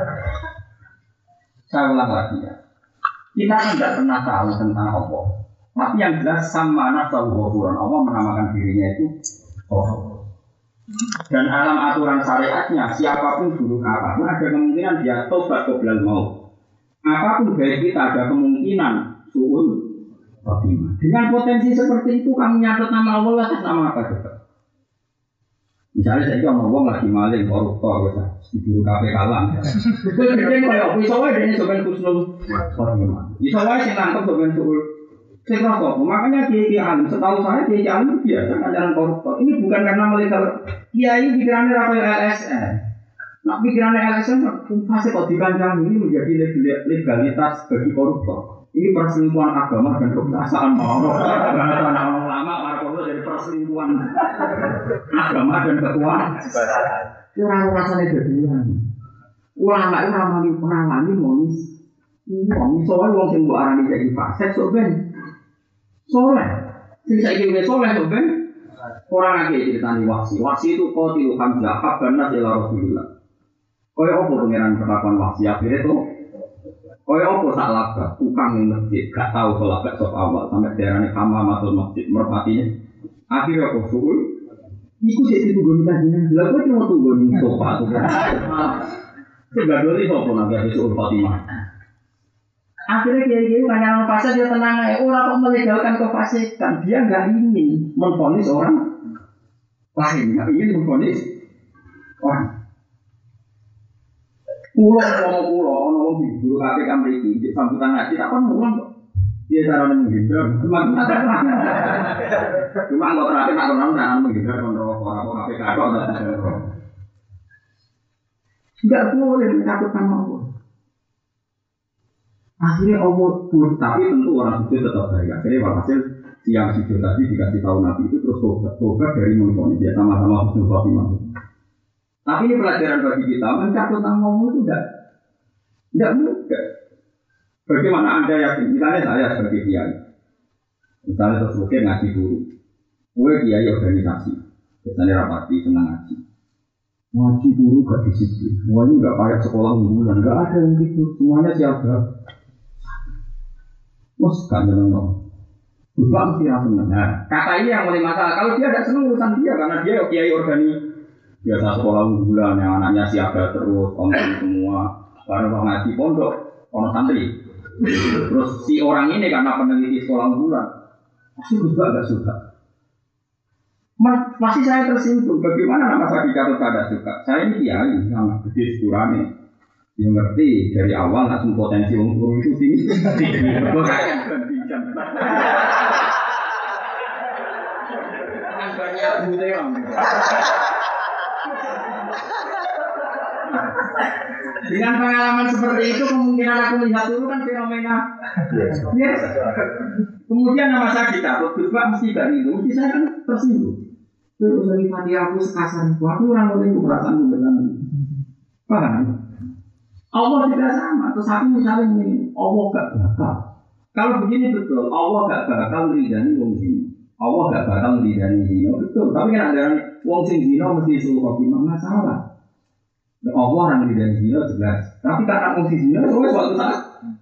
Saya ulang lagi ya. Kita tidak pernah tahu tentang Allah. Tapi yang jelas sama nafsu Ghafur, Allah menamakan dirinya itu Allah. Dan alam aturan syariatnya, siapapun buruk apapun ada kemungkinan dia tobat qoblal maut. Apapun baik kita ada kemungkinan suul khotimah. Dengan potensi seperti itu kamu nyatut nama Allah atas nama apa coba? Misalnya saya kira ngomong lagi maling koruptor, di buru K P K lang. Kemudian kalau bisa wae dene soben kusnul khotimah. Bisa wae sing nangkep soben suul. Saya rasa, makanya kiai alim, setahu saya kiai alim biasa ngajaran koruptor. Ini bukan karena melihat kiai pikirannya rakyat L S M. Nah pikirannya L S M pasti kok dikancang ini menjadi legalitas bagi koruptor. Ini perselingkuhan agama dan kekuasaan mau. Karena orang lama para koruptor dari perselingkuhan agama dan kekuasaan. Orang rasanya jadian. Ulama itu ramai penangani monis. Monis soal wong sing mbok arani saiki fasik sok ben. Soleh, sing saiki wis soleh to ben. Ora ngake ceritani Wahsi. Wahsi itu kok tilu Hamzah habana ila Rasulillah. Kaya apa pengiran perlakuan Wahsi akhirnya tuh? Kaya apa sak laga tukang ning masjid gak tahu salat gak sok awal sampai daerahne kama masuk masjid merpatinya. Akhirnya kok suul. Iku jadi tunggu kajian. Lah kok cuma tunggu ning sofa tuh. Sebab doli sopo nanti besok Fatimah. Akhirnya kiai-kiai nganyang fasik dia tenang aja. Orang kok melegalkan kefasikan. Dia nggak ingin memvonis orang lain, nggak ingin memvonis orang. Pulau mau pulau, orang di guru K P K mereka di sambutan ngaji, tak kan mulang kok. Dia cara menghindar, cuma cuma nggak terakhir nak orang jangan menghindar kontrol orang K P K atau tidak. Nggak boleh menyangkut sama Allah. Akhirnya Allah pun, tapi tentu orang sujud tetap baik. Akhirnya walhasil siang sujud tadi dikasih tahu Nabi itu terus tobat, tobat dari memfonis dia sama-sama husnul khotimah. Tapi ini pelajaran bagi kita, mencabut nama Allah itu tidak tidak mudah. Bagaimana Anda yakin? Misalnya saya sebagai kiai, misalnya terus mungkin ngaji guru, gue kiai organisasi, biasanya rapati senang ngaji. Ngaji guru gak disiplin, semuanya gak payah sekolah unggulan, gak ada yang gitu, semuanya siapa? Mus gak seneng, Gus mesti yang seneng. Nah, kata ini yang mulai masalah. Kalau dia tidak seneng urusan dia, karena dia kiai organi biasa sekolah unggulan, yang anaknya siaga terus, konten semua, baru mau ngaji pondok, ono santri. Terus si orang ini karena peneliti sekolah unggulan, pasti Gus gak suka. Masih saya tersinggung. Bagaimana nama saya Gatot Kaca suka? Saya ini kiai, nama gede ukurannya. Yang ngerti dari awal langsung potensi unsur itu tinggi. Makanya berbincang. Banyak buteong. Dengan pengalaman seperti itu kemungkinan aku lihat dulu kan fenomena biasa. Kemudian nama saya Gatot juga mesti dari itu, mesti saya kan tersinggung. Terus dari hati aku sekasar itu, aku orang lain itu perasaan benar. Paham? Allah tidak sama. Terus aku misalnya ini, Allah gak bakal. Kalau begini betul, Allah gak bakal ridani wong zina. Allah gak bakal ridani zina, betul. Tapi kan ada wong sing zina mesti suruh khotimah, masalah. Allah orang ridani zina jelas. Tapi karena wong sing zina, terus suatu saat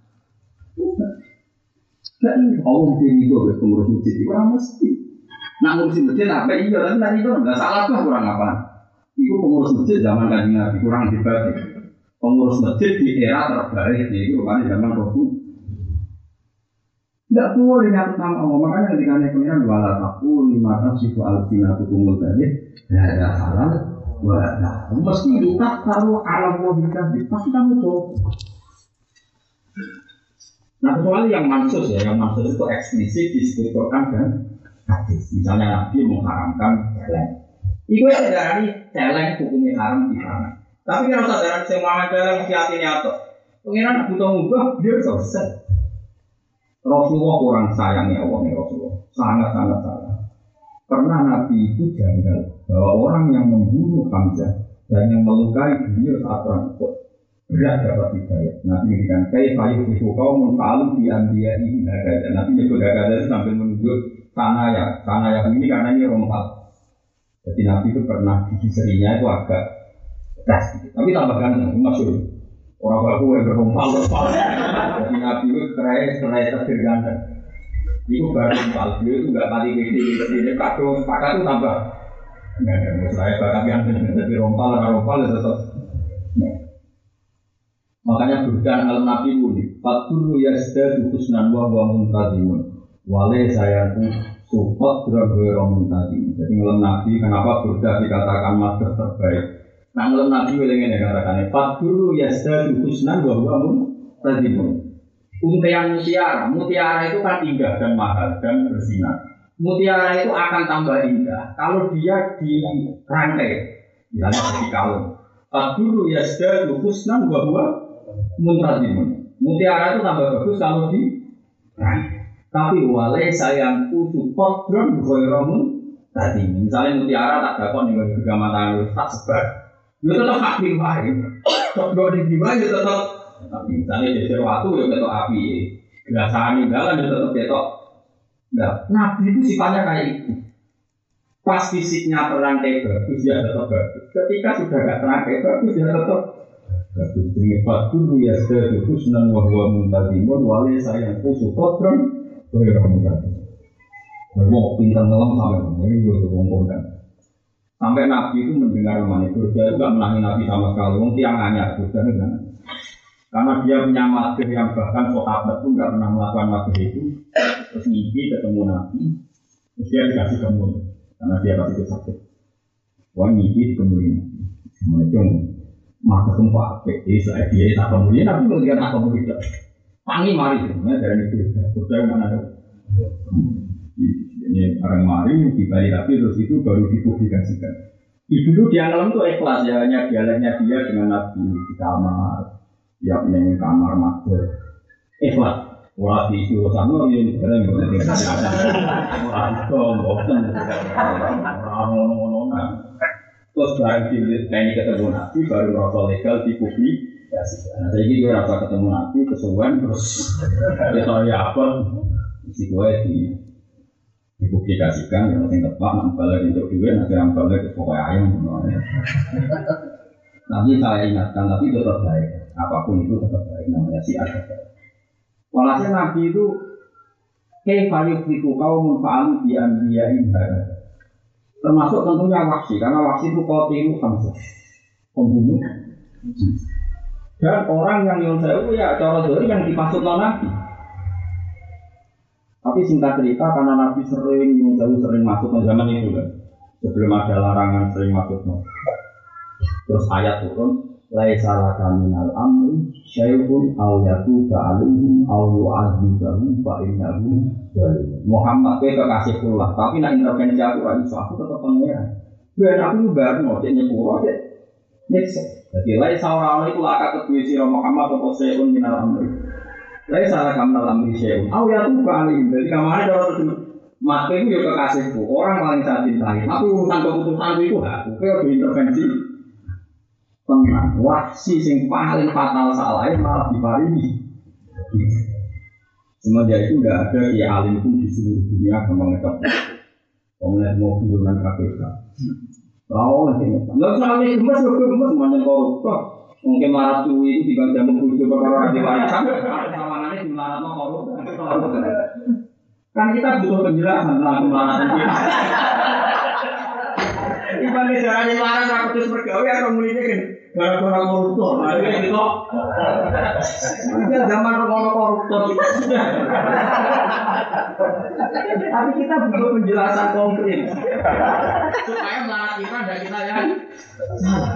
gak ini. Allah mesti ridho ke pengurus masjid, itu orang mesti. Nak ngurusin masjid apa iya, tapi tadi itu nggak salah tuh kurang apa? Itu pengurus masjid zaman Kanjeng Nabi kurang hebat. Pengurus masjid di era terbaik itu kan zaman Rasul. Tidak boleh nyatu sama Allah. Makanya ketika ada pengiran wala taku lima tasifu al-sinatu kumul tadi ya ada halal wala. Mesti kita taruh alam wabikah pasti kamu jawab. Nah kecuali yang mansus ya, yang mansus itu eksplisit disebut Quran dan hadis. Misalnya Nabi mengharamkan celeng. Itu yang dari celeng hukumnya haram di sana. Tapi kalau sadar semua celeng siatin nyata. Pengiran butuh ngubah dia selesai. Rasulullah kurang sayangnya Allah nih Rasulullah. Sangat-sangat sayang. Pernah Nabi itu janggal bahwa orang yang membunuh Hamzah dan yang melukai beliau saat perang Uhud berat dapat hidayah. Nabi mengatakan kaifa yuhibbu qaumun fa'alu bi anbiya'ihim hakaza. Nabi nyebut hakaza sambil menunjuk sana ya, sana ya ini karena ini rompal. Jadi Nabi itu pernah gigi serinya itu agak pedas, tapi tambah ganteng, maksud orang baru yang berompal rompal. Jadi Nabi itu kerai kerai terdir ganteng. Itu baru rompal, dia itu nggak kali gede gede kado pakai itu tambah. Nggak ada masalah bakat ganteng, jadi rompal rompal itu tetap. Makanya bukan alam Nabi ini. Fatul yasda husnan wa wa muntazimun. Wale sayangku support bergerak tadi. Jadi ngelam Nabi kenapa Burda dikatakan master terbaik? Nah ngelam Nabi yang ini katakan Fatul yasda husnan wa wa muntazimun. Untian mutiara, mutiara itu kan indah dan mahal dan bersinar. Mutiara itu akan tambah indah kalau dia dirangkai, misalnya di kalung. Fatul yasda husnan wa wa muntazimun. Mutiara itu tambah bagus kalau di rangkai. Tapi wale sayangku support drone goyromu tadi. Misalnya mutiara tak dapat nih juga mata tak sebar. Itu tetap api lain. Kalau di gimana itu tetap. Tapi misalnya jejer waktu ya tetap api. Biasa ninggalan itu tetap tetap. Nah, Nabi itu sifatnya kayak itu. Pas fisiknya terangkai bagus ya tetap bagus. Ketika sudah gak terangkai bagus ya tetap. Bagus. Jadi faktur ya sudah husnan wa huwa muntazimun wale sayangku support drone. Itu yang kamu tadi. Mau pintar dalam sampai ini gue tuh ngomongkan. Sampai Nabi itu mendengar mana itu dia juga menangi Nabi sama sekali. Wong tiang hanya sudah kan. Karena dia punya madhab yang bahkan sahabat itu nggak pernah melakukan madhab itu. Terus mimpi ketemu Nabi. Terus dia dikasih kemul. Karena dia pasti sakit. Wah mimpi kemudian. Semacam mata semua apa? Jadi saya dia tak kemudian Nabi melihat tak kemudian. Pangi mari sebenarnya dari itu sudah mana ada ini orang mari dibalik tapi terus itu baru dipublikasikan. Itu dulu dia ngelam tuh ikhlas ya hanya dialeknya dia dengan Nabi di kamar, dia punya kamar master ikhlas. Wah di situ sana dia sekarang juga tidak ada orang dong bosan orang ngomong-ngomong. Terus barang dilihat kayak ketemu Nabi baru merasa legal dipublikasikan. Nah, saya ini gue rasa ketemu Nabi kesuwen terus ya soalnya apa isi gue di dipublikasikan yang penting tepat nampak untuk gue nanti nampak ke pokoknya ayam semuanya. Nanti saya ingatkan tapi tetap baik apapun itu tetap baik namanya si ada. Walhasil Nabi itu kaifa yufiku qaumun fa'alu bi anbiya'ihim termasuk tentunya Wahsy karena Wahsy itu qatilu Hamzah pembunuh. Dan orang yang nyuruh saya itu ya cara dari yang dimaksud Nabi. Tapi singkat cerita karena Nabi sering nyuruh saya sering masuk ke zaman itu kan. Sebelum ada larangan sering masuk no. Terus ayat turun, laisa laka minal amri syai'un aw yatuba 'alaihim aw yu'adzibahum fa innahum zalimun. Muhammad kowe kekasih kula, tapi nek intervensi aku ora iso, aku tetep pengen. Ben aku barno cek nyepuro cek. Nyekse. Jadi laisa ora iku laka kedue sira Muhammad apa syai'un minal amri. Laisa laka minal amri syai'un aw yatuba 'alaihim. Jadi kamane ora terus mati itu ya kekasihku, orang paling saya cintai. Tapi urusan keputusan itu aku, aku harus intervensi. Tenang, waksi sing paling fatal salah malah diparingi. Semenjak itu tidak ada ya alim pun di seluruh dunia yang mengetop. Pemerintah mau turunan K P K. Tahu nanti nggak usah alim gemes, gemes semuanya koruptor. Mungkin marah cuy itu tiga jam berbujuk perkara di warisan. Sawangannya di marah mau koruptor. Kan kita butuh penjelasan tentang kemelaratan kita. Iban negaranya larang rakyat terus bergawe atau mulainya kan gara-gara koruptor. Nah ini gitu. Kita zaman orang koruptor kita sudah. Tapi kita butuh penjelasan konkret supaya melarat kita dan kita yang salah.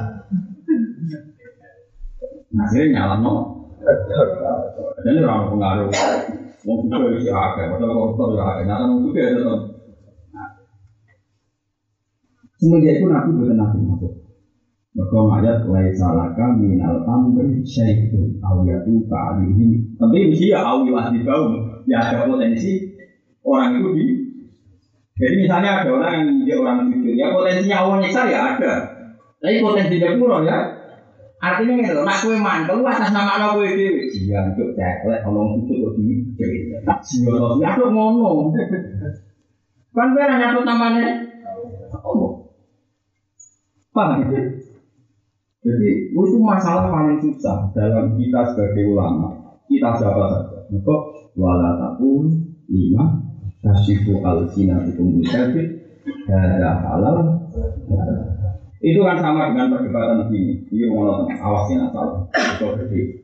Nah ini nyala no. Jadi orang pengaruh. Mau juga isi agak, padahal koruptor ya agak. Nyata mau juga ya tetap. Semenjak itu Nabi betul Nabi masuk. Mereka ayat laisa laka minal amri syai'un aw yatuba 'alaihim. Tapi mesti ya aw yu'adzibahum. Ya ada potensi orang itu di. Jadi misalnya ada orang yang dia orang jujur, ya potensinya Allah nyiksa ya ada. Tapi potensinya kurang ya. Artinya ini loh, nak kue mantel atas nama Allah kue dewi. Iya, itu ceklek, kalau itu kok di cerita. Iya, ya aku ngono. Kan kue nanya tuh namanya Allah. Paham ya? Jadi itu masalah paling susah dalam kita sebagai ulama. Kita siapa saja. Maka wala takun lima tasifu al-sina bikum musafir dada halal. Itu kan sama dengan perdebatan begini. Ini ngomong awasnya salah. Itu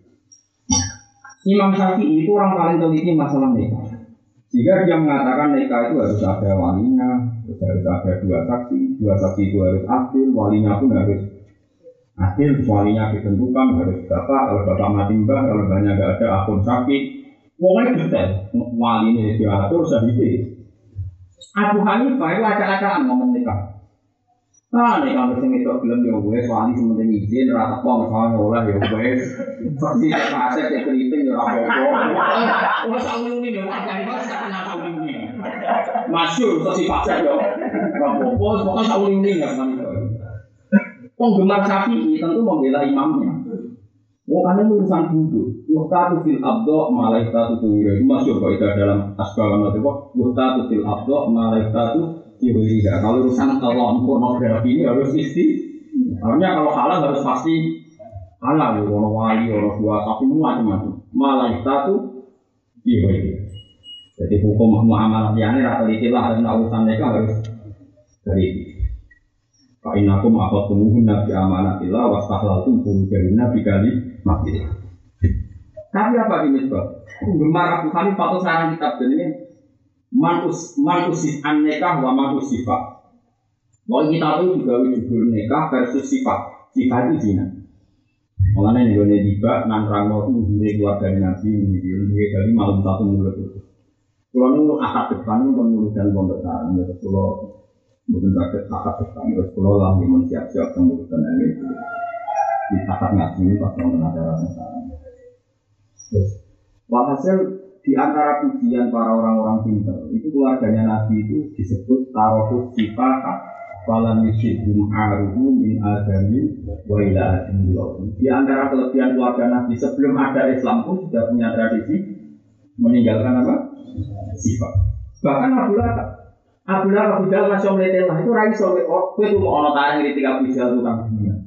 Imam Syafi'i itu orang paling teliti masalah nikah. Jika dia mengatakan nikah itu harus ada walinya, harus ada dua saksi, dua saksi itu harus adil, walinya pun harus adil, walinya ditentukan harus bapak, kalau bapak mati mbah, kalau mbahnya nggak ada akun sakit, pokoknya detail. Wali ini diatur sedikit. Abu Hanifah itu acak-acakan ngomong nikah. Nah, nek kalau sing itu belum ya wes wali sementing izin ra teko misalnya oleh ya wes. Versi kaset ya kriting ya ora apa-apa. Wes awung ini lho kan wis tak kenal awung ini. Masyhur versi kaset yo. Ora apa-apa, pokoke awung ini ya kan itu. Penggemar Syafi'i tentu membela imamnya. Oh, karena urusan duduk. Yuhtatu fil abdo malaikatu tuwira. Masyhur kok itu dalam asbawan itu kok. Yuhtatu fil abdo malaikatu tidak. Kalau urusan telon pornografi ini harus isti. Artinya kalau halal harus pasti halal. Orang wali, orang dua, tapi macam-macam. Malah itu iya. Jadi hukum muamalah yang ini rata istilah dan urusan mereka harus dari. Kainakum apa tumuhun nabi amanatillah wastahlaltum furujahinna bikali makhlid. Tapi apa ini sebab? Penggemar Abu Hanifah atau sarang kitab ini manus manusif an nikah wa manus sifat. Mau kita itu juga judul nikah versus sifat. Sifat itu zina. Makanya nih gue tiba nangkrang itu dua keluarga Nabi ini dua dari malam satu mulut itu. Kalau nunggu akad depan itu mengurusan pondok sarang. Jadi kalau bukan sakit akad depan terus kalau lagi mau siap-siap mengurusan ini di akad ngaji ini pas mau kena acara sarang. Terus walhasil di antara pujian para orang-orang pintar itu keluarganya Nabi itu disebut tarohus sifat walam yushibhum aruhu min adami wa ila adami. Di antara kelebihan keluarga Nabi sebelum ada Islam pun sudah punya tradisi meninggalkan apa? Sifat. Bahkan Abu Lahab Abu Lahab Abu Jahal masih omletelah itu raiso kowe itu mau ana tareng kritik Abu Jahal tukang dunia.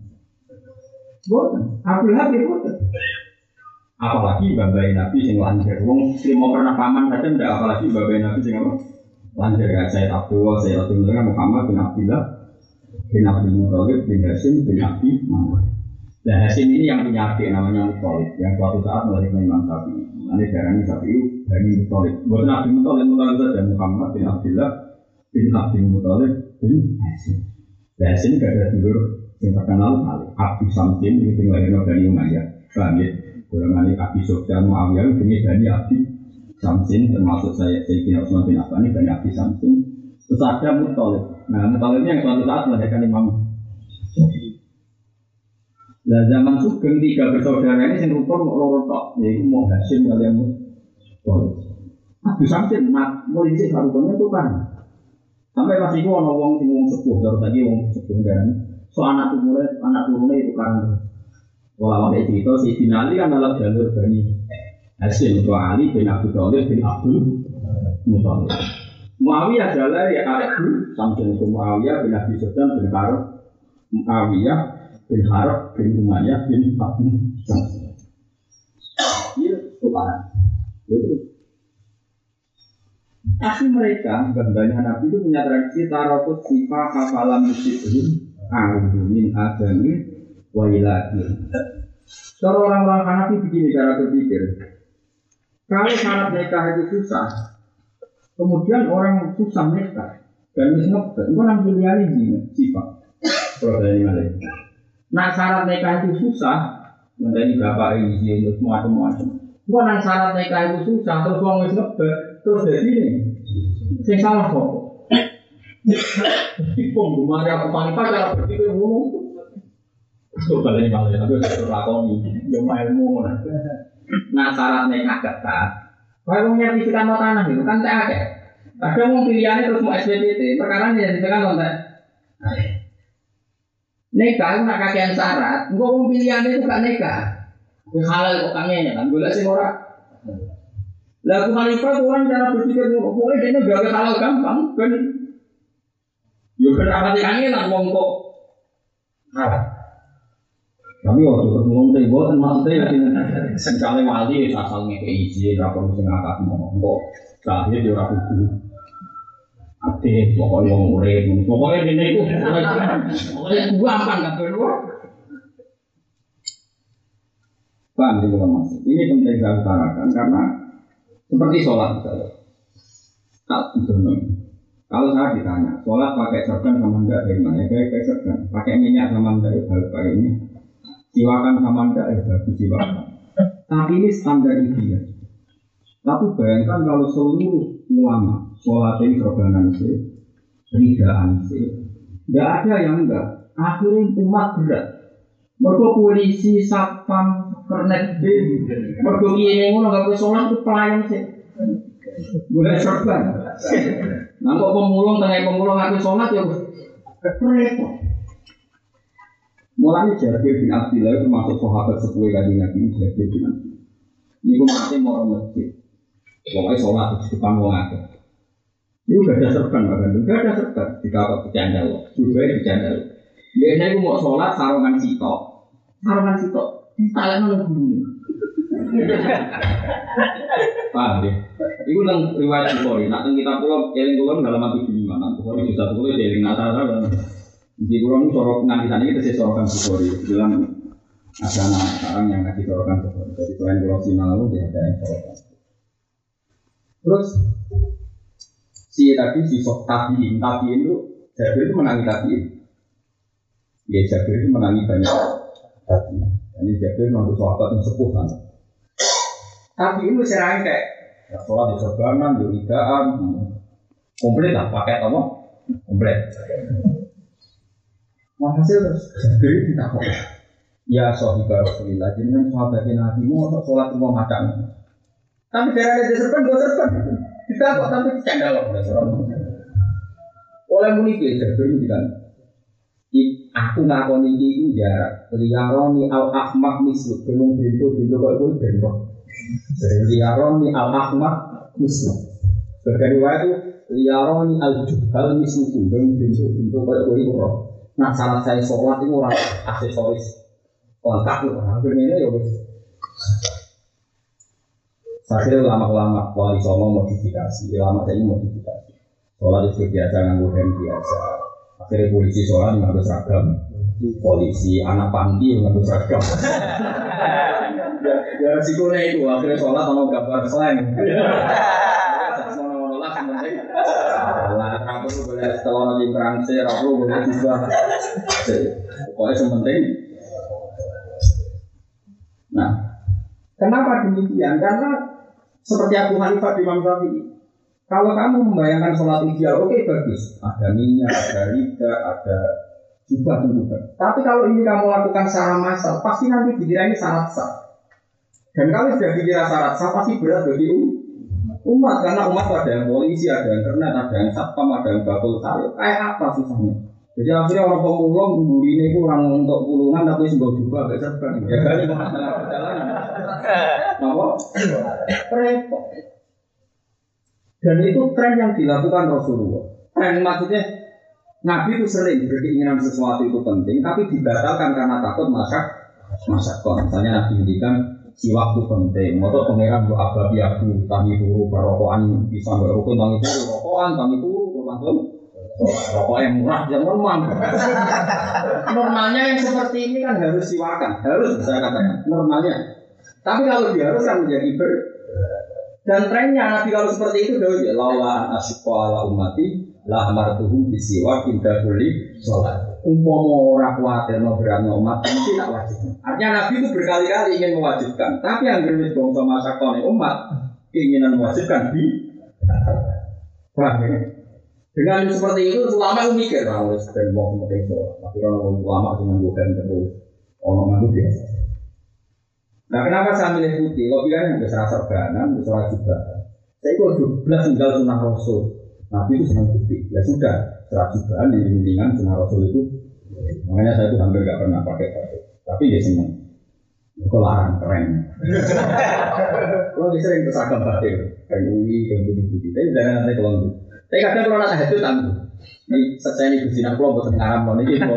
Boten, Abu Lahab itu boten. Apalagi babai Nabi sing lancar. Wong mau pernah paman saja ndak apalagi babai Nabi sing apa? Lancar ya Sayyid Abdullah, Sayyid Abdullah Muhammad bin Abdullah bin Abdul Muthalib bin Hashim bin Abi Muhammad. Dan Hashim ini yang punya adik namanya Muthalib yang suatu saat melahirkan Imam Syafi'i. Ini darahnya Syafi'i Bani Muthalib. Bukan Abi Muthalib, Muthalib saja Muhammad bin Abdullah bin Abdul Muthalib bin Hasim. Hasim gak ada dulur yang terkenal kali. Abu Samsin ini yang lahir dari Umayyah. Paham ya? Golongan ini Abi Sufyan Muawiyah ini dari Abi Samsin, termasuk saya Sayyidina Utsman bin Affan ini dari Abi Samsin. Terus ada Muttalib. Nah, Muttalib ini yang suatu saat melahirkan Imam. Nah, zaman Sugeng tiga bersaudara ini yang rukun loro tok, yaitu mau Hasyim kalian Muttalib. Abu Samsin nak mulai sih rukunnya itu kan. Sampai pas itu ono wong sing wong sepuh, terus lagi wong sepuh dan so anak turunnya anak turunnya itu kan. Wah, ada cerita si Dinali kan dalam jalur Bani Hasyim itu Ali bin Abi Thalib bin Abdul Muthalib. Muawiyah adalah ya Abu Samsin itu Muawiyah bin Abi Sufyan bin Harb, Muawiyah bin Harb bin Umayyah bin Abi Samsin. Iya, tukaran. Itu. Asli mereka, banyak Nabi itu punya tradisi tarokus sifat hafalam musibun a'udzumin adami wa ilahin. Kalau orang-orang Hanafi begini cara berpikir, kalau syarat nikah itu susah, kemudian orang susah nikah dan misnobet, itu orang pilihan ini sifat. Kalau dari mana? Nah syarat nikah itu susah, menjadi bapak ini itu macam-macam. Itu orang syarat nikah itu susah, terus orang misnobet, terus jadi ini. Saya salah kok. Tipung rumahnya aku paling pada berpikir ngomong. Itu kali ini malah tapi saya terlakoni. Yang ilmu mana? Nah syarat nikah ketat. Kalau menyertifikan mau tanah itu kan tak ada. Ada mau pilihannya terus mau S B P T. Perkara ini jadi kan kontak. Nikah itu nak kakean syarat. Enggak mau pilihannya itu kan nikah. Halal kok kangennya kan. Gue sih orang. Lagu khalifah orang cara berpikir pokoknya dia gak halal gampang kan. Yo kan apa kangen lah wong kok. Halal. Tapi waktu ketemu tebo kan maksudnya sekali wali asal ngekei izin rapor sing ngakak ngomong kok lahir yo ora kudu ate pokoknya wong urip pokoknya dene iku pokoknya gampang kabeh lho. Paham iki Mas. Ini penting saya utarakan karena seperti sholat misalnya. Kalau saya ditanya, sholat pakai serban sama enggak dari mana? Ya pakai serban. Pakai minyak sama enggak? Ya harus pakai ini. Siwakan sama enggak? Ya harus siwakan. Tapi ini standar ideal. Tapi bayangkan kalau seluruh ulama sholat ini serbanan sih, ridaan sih, enggak ada yang enggak. Akhirnya umat berat. Mereka polisi, satpam, kernet B, mereka ini ngono nggak boleh sholat itu pelayan sih, boleh serban. Nah kok pemulung tengah pemulung nggak boleh sholat ya repot. Mulanya Jabir bin Abdillah itu termasuk sahabat sepuh Kanjeng Nabi Jabir bin Abdillah. Ini gue mati mau masjid, pokoknya sholat di depan wong akeh. Ini gak ada serban bahkan, gak ada serban. Jika apa bercanda loh, juga bercanda loh. Biasanya gue mau sholat sarungan sitok, sarungan sitok. Salah nol guru. Paham ya? Iku nang riwayat Bukhari. Nak teng kitab kula eling kula dalam tujuh puluh lima nang Bukhari bisa kula eling nasar kan. Di kula nu sorok nganti tadi kita sorokan Bukhari. Bilang ada anak sekarang yang ngaji sorokan Bukhari. Jadi selain kula sinau dia ada yang sorokan. Terus si tadi si sok tabiin, tabiin itu Jabir itu menangi tabiin. Ya Jabir itu menangi banyak tabiin. Ini Jabir nonton sahabat yang sepuh kan. Tapi ini serangin kayak ya sholat di serbanan, di ridaan, komplit lah pakai apa? Komplit. Hasil terus Jabir kita kok. Ya sahabat Rasulullah, jadi kan sahabatnya Nabi mau sholat semua makan. Tapi serangin di serban, dua serban. Kita kok tapi canda loh. Oleh munisi Jabir ini kan. Aku ngakoni iki jarak liyaroni al ahmak mislu belum pintu-pintu kok itu bendok. Liyaroni al ahmak mislu. Sebagai riwayat itu liyaroni al juhal mislu belum pintu-pintu kok itu. Nah salah saya sholat itu orang aksesoris lengkap loh. Hampir ini ya wis. Saya ulama-ulama wali songo modifikasi, ulama saya modifikasi. Sholat itu biasa nganggo hem biasa. Akhirnya polisi sholat nggak seragam, polisi anak panti nggak seragam. Ya resikonya itu akhirnya sholat sama gambar slang. Sholat lah sebenarnya. Lah perlu boleh setelah nanti kerangse, perlu boleh juga. Pokoknya sementing. Nah, kenapa demikian? Karena seperti Abu Hanifah di Imam Syafi'i. Kalau kamu membayangkan sholat ideal, oke okay, bagus. Ada minyak, ada lidah, ada jubah tentu. Tapi kalau ini kamu lakukan secara massal, pasti nanti dikira ini syarat sah. Dan kalau sudah dikira syarat sah, pasti berat bagi umat. Karena umat ada yang polisi, ada yang kernet, ada yang satpam, ada yang bakul sayur. Kayak apa susahnya? Jadi akhirnya orang pemulung, guru ini kurang untuk pulungan, tapi sebuah jubah, gak serban. Ya kali mau tengah perjalanan. Kenapa? Repot. Dan itu tren yang dilakukan Rasulullah. Tren maksudnya Nabi itu sering berkeinginan sesuatu itu penting, tapi dibatalkan karena takut masak masak kon. Misalnya Nabi ngendikan si waktu penting, motor pangeran bu ababi abu, tangi turu barokokan bisa berukun tangi turu rokokan tangi turu langsung rokok yang murah yang normal. Normalnya yang seperti ini kan harus siwakan, harus saya katakan normalnya. Tapi kalau diharuskan menjadi ber dan trennya Nabi kalau seperti itu dahulu ya lawan asyqa ala ummati la amartuhum bisiwak inda kulli sholat. Umpama ora kuwatir no beratno umat mesti tak wajib. Artinya Nabi itu berkali-kali ingin mewajibkan, tapi yang wis bangsa masyarakat umat keinginan mewajibkan di paham ya? Dengan seperti itu ulama itu mikir ora wis ben wong penting sholat. Tapi orang ulama cuma nggokan terus ono nganggo biasa. Nah kenapa saya milih putih? Logikanya nggak serasa serbanan, nggak serasa juga. Saya kok jublah tinggal sunnah Rasul. Nabi itu senang putih. Ya sudah, serasa juga yang diinginkan sunnah Rasul itu. Makanya saya itu hampir nggak pernah pakai baju. Tapi dia senang. Itu larang keren. Kalau sering kesagam batik, kayak ui, kayak putih-putih. Tapi jangan nanti kalau itu. Tapi kadang kalau nanti itu tangguh. Ini saya ini bersih, aku buat ngaram kalau ini.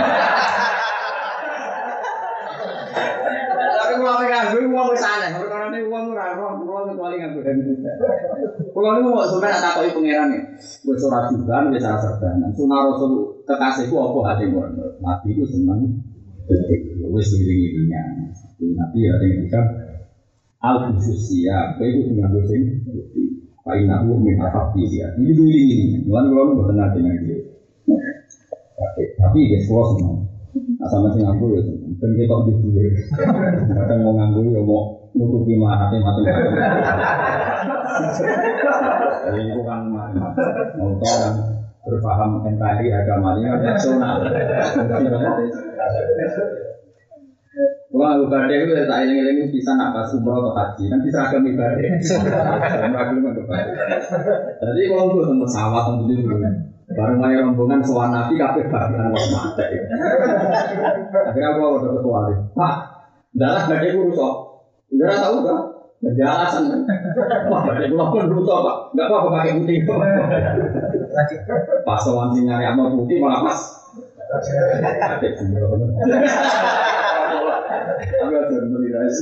Kalau nganggur uang besar, kalau ini uang murah, uang kecuali nganggur dan juga. Kalau ini mau sebenarnya tak tahu pangeran nih, gue surat juga, gue salah serban. Sunnah Rasul kekasihku apa hati gue, Nabi itu senang, gue sendiri-sendirinya. Nabi ada yang bisa al khususnya, gue itu nganggur sih, Pak Inahu minta hati dia. Ini dulu ini, mulai kalau lu berkenal dengan dia. Tapi dia sekolah semua. Nah sama sih nganggur ya, dan kita di dua. Kadang mau nganggur ya mau nutupi marahnya macam-macam. Jadi itu kan mau tahu dan berpaham N K R I agamanya nasional. Wah, ibadah itu tak ilang-ilang bisa nak pas umroh atau haji, kan bisa agam ibadah. Jadi kalau gue temu sawah temu di dulu. Baru mulai rombongan soal nabi kabeh bagian wong mate. Akhirnya aku udah ketua deh. Pak, dalah badai ku rusak. Enggak tahu enggak? Ada alasan kan? Wah, badai ku pun rusak, Pak. Enggak apa-apa pakai putih. Pas soal sing nyari amal putih malah pas. Ada sembrono. Aku ada menilai.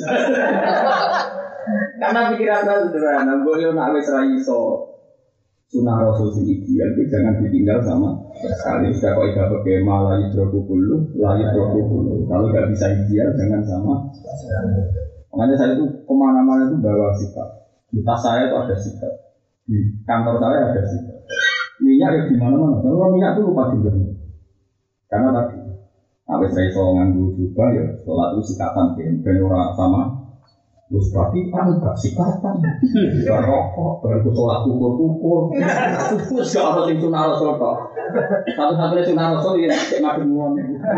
Karena pikiran saya sederhana, gue yo nak wis ra iso. Sunnah Rasul sing ideal itu jangan ditinggal sama sekali. Sudah kok ibadah pakai malah hidroku dulu, layu hidroku dulu. Kalau nggak bisa ideal jangan sama. Makanya saya itu kemana-mana itu bawa sikap. Di tas saya itu ada sikap, di kantor saya ada sikap. Minyak ya di mana-mana. Kalau minyak itu lupa juga. Karena tadi, habis saya soal nganggu juga ya, sholat itu sikatan ben ora sama. Terus berarti kan gak sikatan, gak rokok, baru sholat kukur-kukur. Terus gak ada yang sunnah Rasul kok. Satu-satunya sunnah Rasul yang cek mademuan.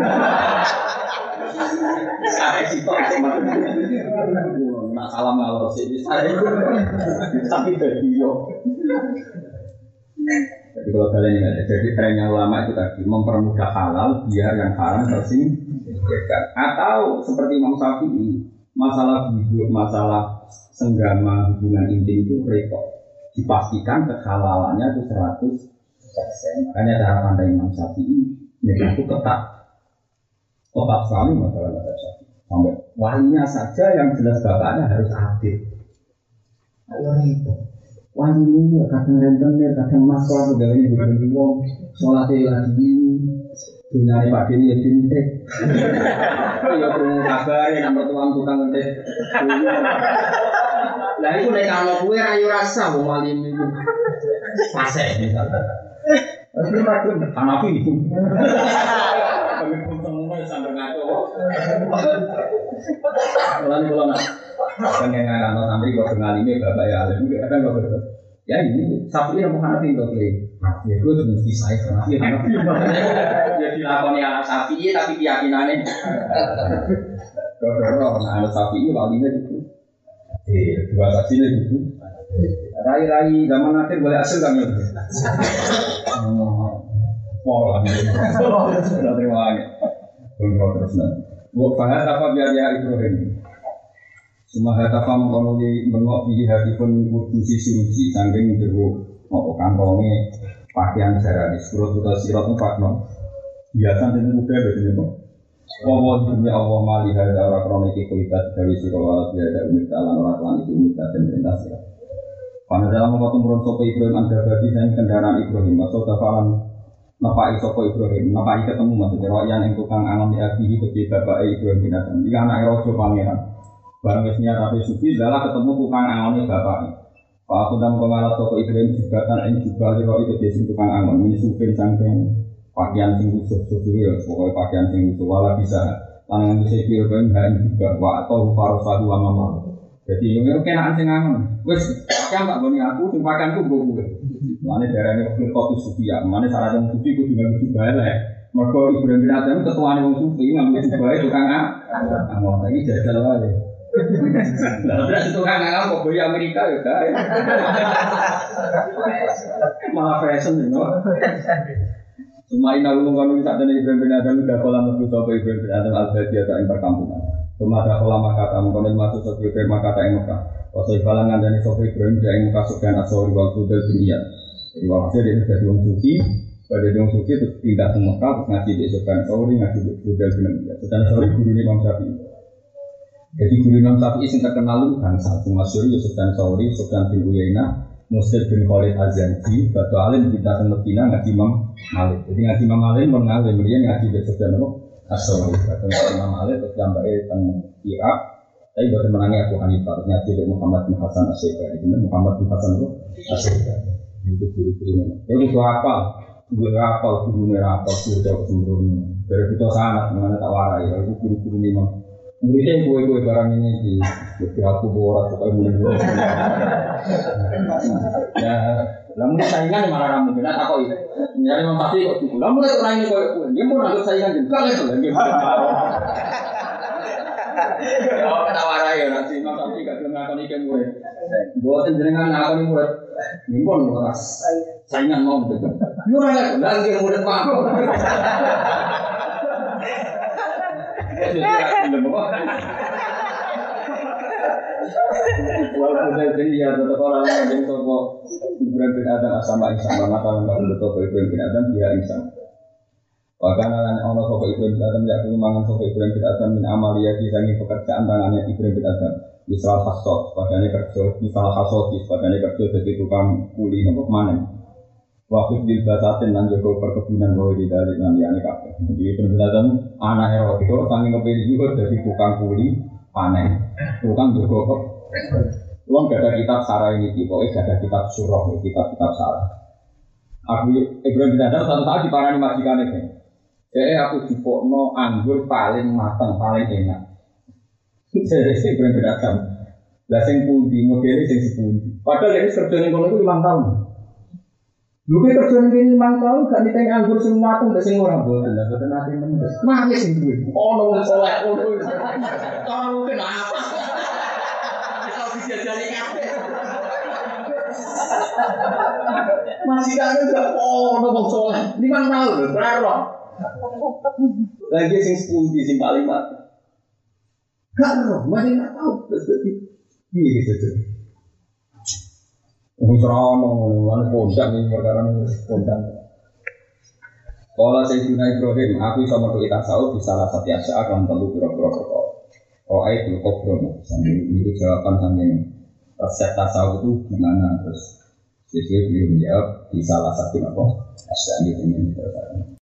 Saya sitok cek mademuan. Nak salam ngalor sih, saya tapi dari yo. Jadi kalau kalian ingat, jadi trennya ulama itu tadi mempermudah halal biar yang haram tersingkirkan. Atau seperti Imam Syafi'i. Masalah hidup, masalah senggama hubungan intim itu repot. Dipastikan kehalalannya itu seratus persen. Makanya cara pandang Imam Syafi'i itu ketat. Ketat sekali masalah Imam Syafi'i. Sampai walinya saja yang jelas bapaknya harus adil. Ayo repot. Walinya kadang rentenir, kadang masalah pegawai ini berbeda wong. Sholatnya lagi dunia Pak Dini ya dintek. Ya perlu kabar yang nomor tuang tukang ngetik. Lah itu nek ana kuwe ayo rasa wong alim itu. Pasek misalnya. Tapi ragu Hanafi itu. Kami pun semua sampai ngaco. Kalau kalau nak, kan yang anak santri kau kenal ini bapak ya, ada juga kan kau betul. Ya ini sapi yang mau Hanafi itu play. Ya gue tuh mesti saya Hanafi Hanafi. Jadi lakoni anak sapi tapi keyakinannya. Kau dorong anak sapi walinya itu. Eh dua saksinya itu. Rai-rai zaman akhir boleh asal kami. Pola ni. Sudah terima kasih. Bungkau terus nanti. Buat faham apa biar ya Ibrahim. Semua hata faham kalau di bengok di hati pun kursi suci sangking jeruk mau kantongnya pakaian jarang. Sekurang kita sirat empat non. Biasa dengan muda biasanya kok. Allah demi Allah melihat orang kronik kualitas dari sekolah biada unik dalam orang lain itu unik dan perintah sirat. Pada dalam waktu turun sopo Ibrahim anda bagi saya kendaraan Ibrahim masuk dafalan napai sopo Ibrahim napai ketemu maksudnya royan yang tukang angon di akhiri ketika bapak Ibrahim bin Adam jika anak rojo pangeran barang kesnya tapi sufi adalah ketemu tukang angonnya bapaknya Pak aku dan pengalat sopo Ibrahim juga kan yang juga di roh itu desin tukang angon ini sufin sangking pakaian sing khusus khusus ya pokoknya pakaian sing khusus wala bisa tangan bisa Ibrahim hanya juga wa atau farosadu wa mama. Jadi ini kenaan sing angon. Wes, pakaian tak goni aku, sing pakaianku nggo kowe. Mane darane kopi sufi ya, mane syarat wong sufi kudu nganggo jubah elek. Mergo Ibrahim bin Adam ketuane wong sufi nganggo jubah tukang angon. Saiki jajal wae. Lah ora tukang angon kok boy Amerika ya kae. Malah fashion no. Cuma ina ulung kanu sak dene Ibrahim bin Adam udah kolam mlebu sapa Ibrahim bin Adam al-Badiyah ing perkampungan. Rumah kolama kata mengkonon masuk sofi Ibrahim kata yang Mekah. Wasoi balangan dari sofi Ibrahim dari Mekah sukan asal riwal Fudel bin Iyad. Jadi walhasil dia jadi orang sufi. Pada dia orang sufi itu tidak ke Mekah terus ngaji di sukan Sauri ngaji di Fudel bin Iyad. Sukan Sauri guru Imam Syafi'i. Jadi guru Imam Syafi'i yang terkenal itu bangsa Masyhur ya Sukan Sauri, Sukan bin Uyainah, Muslim bin Khalid Az-Zanji, Batu Alim kita ke Medina ngaji Imam Malik. Jadi ngaji Imam Malik mengalim dia ngaji di Sukan apa? Asal kata Imam Malik terus gambarnya tentang Irak, tapi baru menangnya Abu Hanifah. Ternyata dari Muhammad bin Hasan Asyikari, ini Muhammad bin Hasan itu Asyikari. Itu guru-gurunya. Jadi itu apa? Gue rapal gurunya rapal sudah kesembuhan. Dari kita sangat mengenai tak warai. Kalau itu guru-guru memang muridnya gue-gue barang ini di jadi aku borat pokoknya murid-murid. Ya, namun saingan malah ramu benar apa itu? Jadi memang pasti kok itu. Namun itu orang ini koyo kowe. Dia mau nanggung saingan juga itu lagi. Ya tawarai ya nanti memang pasti gak gelem ngakoni ke murid. Buat jenengan ngakoni murid. Nimpun ora saingan mau betul. Yo ora lagi murid Pak. Jadi ra gelem kok. Walaupun dari ya tetap orang yang toko Ibrahim bin Adam sama Isa mata lengkap untuk toko Ibrahim bin Adam dia Isa. Bahkan orang toko Ibrahim bin Adam ya mangan toko Ibrahim bin Adam min amalia di sangi pekerjaan tangannya Ibrahim bin Adam. Misal hasot, padanya kerja, misal hasotis, padanya kerja jadi tukang kuli nopo manen. Waktu di basatin dan joko perkebunan bahwa di dari nantiane kafe. Jadi Ibrahim bin Adam anak erot itu sangi kepilih juga jadi tukang kuli panen. Tukang joko kok. Uang gak ada kitab sarah ini, pokoknya gak ada kitab surah, kitab-kitab sarah. Aku Ibrahim bin Adam satu saat diparani majikan itu. Jadi aku dipokno anggur paling matang, paling enak. Jadi Ibrahim bin Adam. Lah sing pundi modele sing sepundi. Padahal ini kerjane kono iku lima tahun. Lho kok kerjane kene lima tahun gak diteng anggur sing matang lek sing ora boten. Lah boten ate mendes. Nangis sing duwe. Ono wong saleh ngono. Karo kenapa? Jajali kabeh. Masih kan enggak ono wong saleh. lima tahun lho, ora ora. Lagi sing sepundi sing paling mati. Gak ora, masih enggak tahu dadi piye gitu. Wong serono ngono pondang iki perkara pondang. Kala Sayyidina Ibrahim, aku iso metu tasawuf di salah satu asya kan telu pira-pira perkara. Oh ayat itu kobrom, sambil itu jawaban sambil resep tasawuf itu gimana terus, jadi beliau menjawab di salah satu apa, asal gitu ini.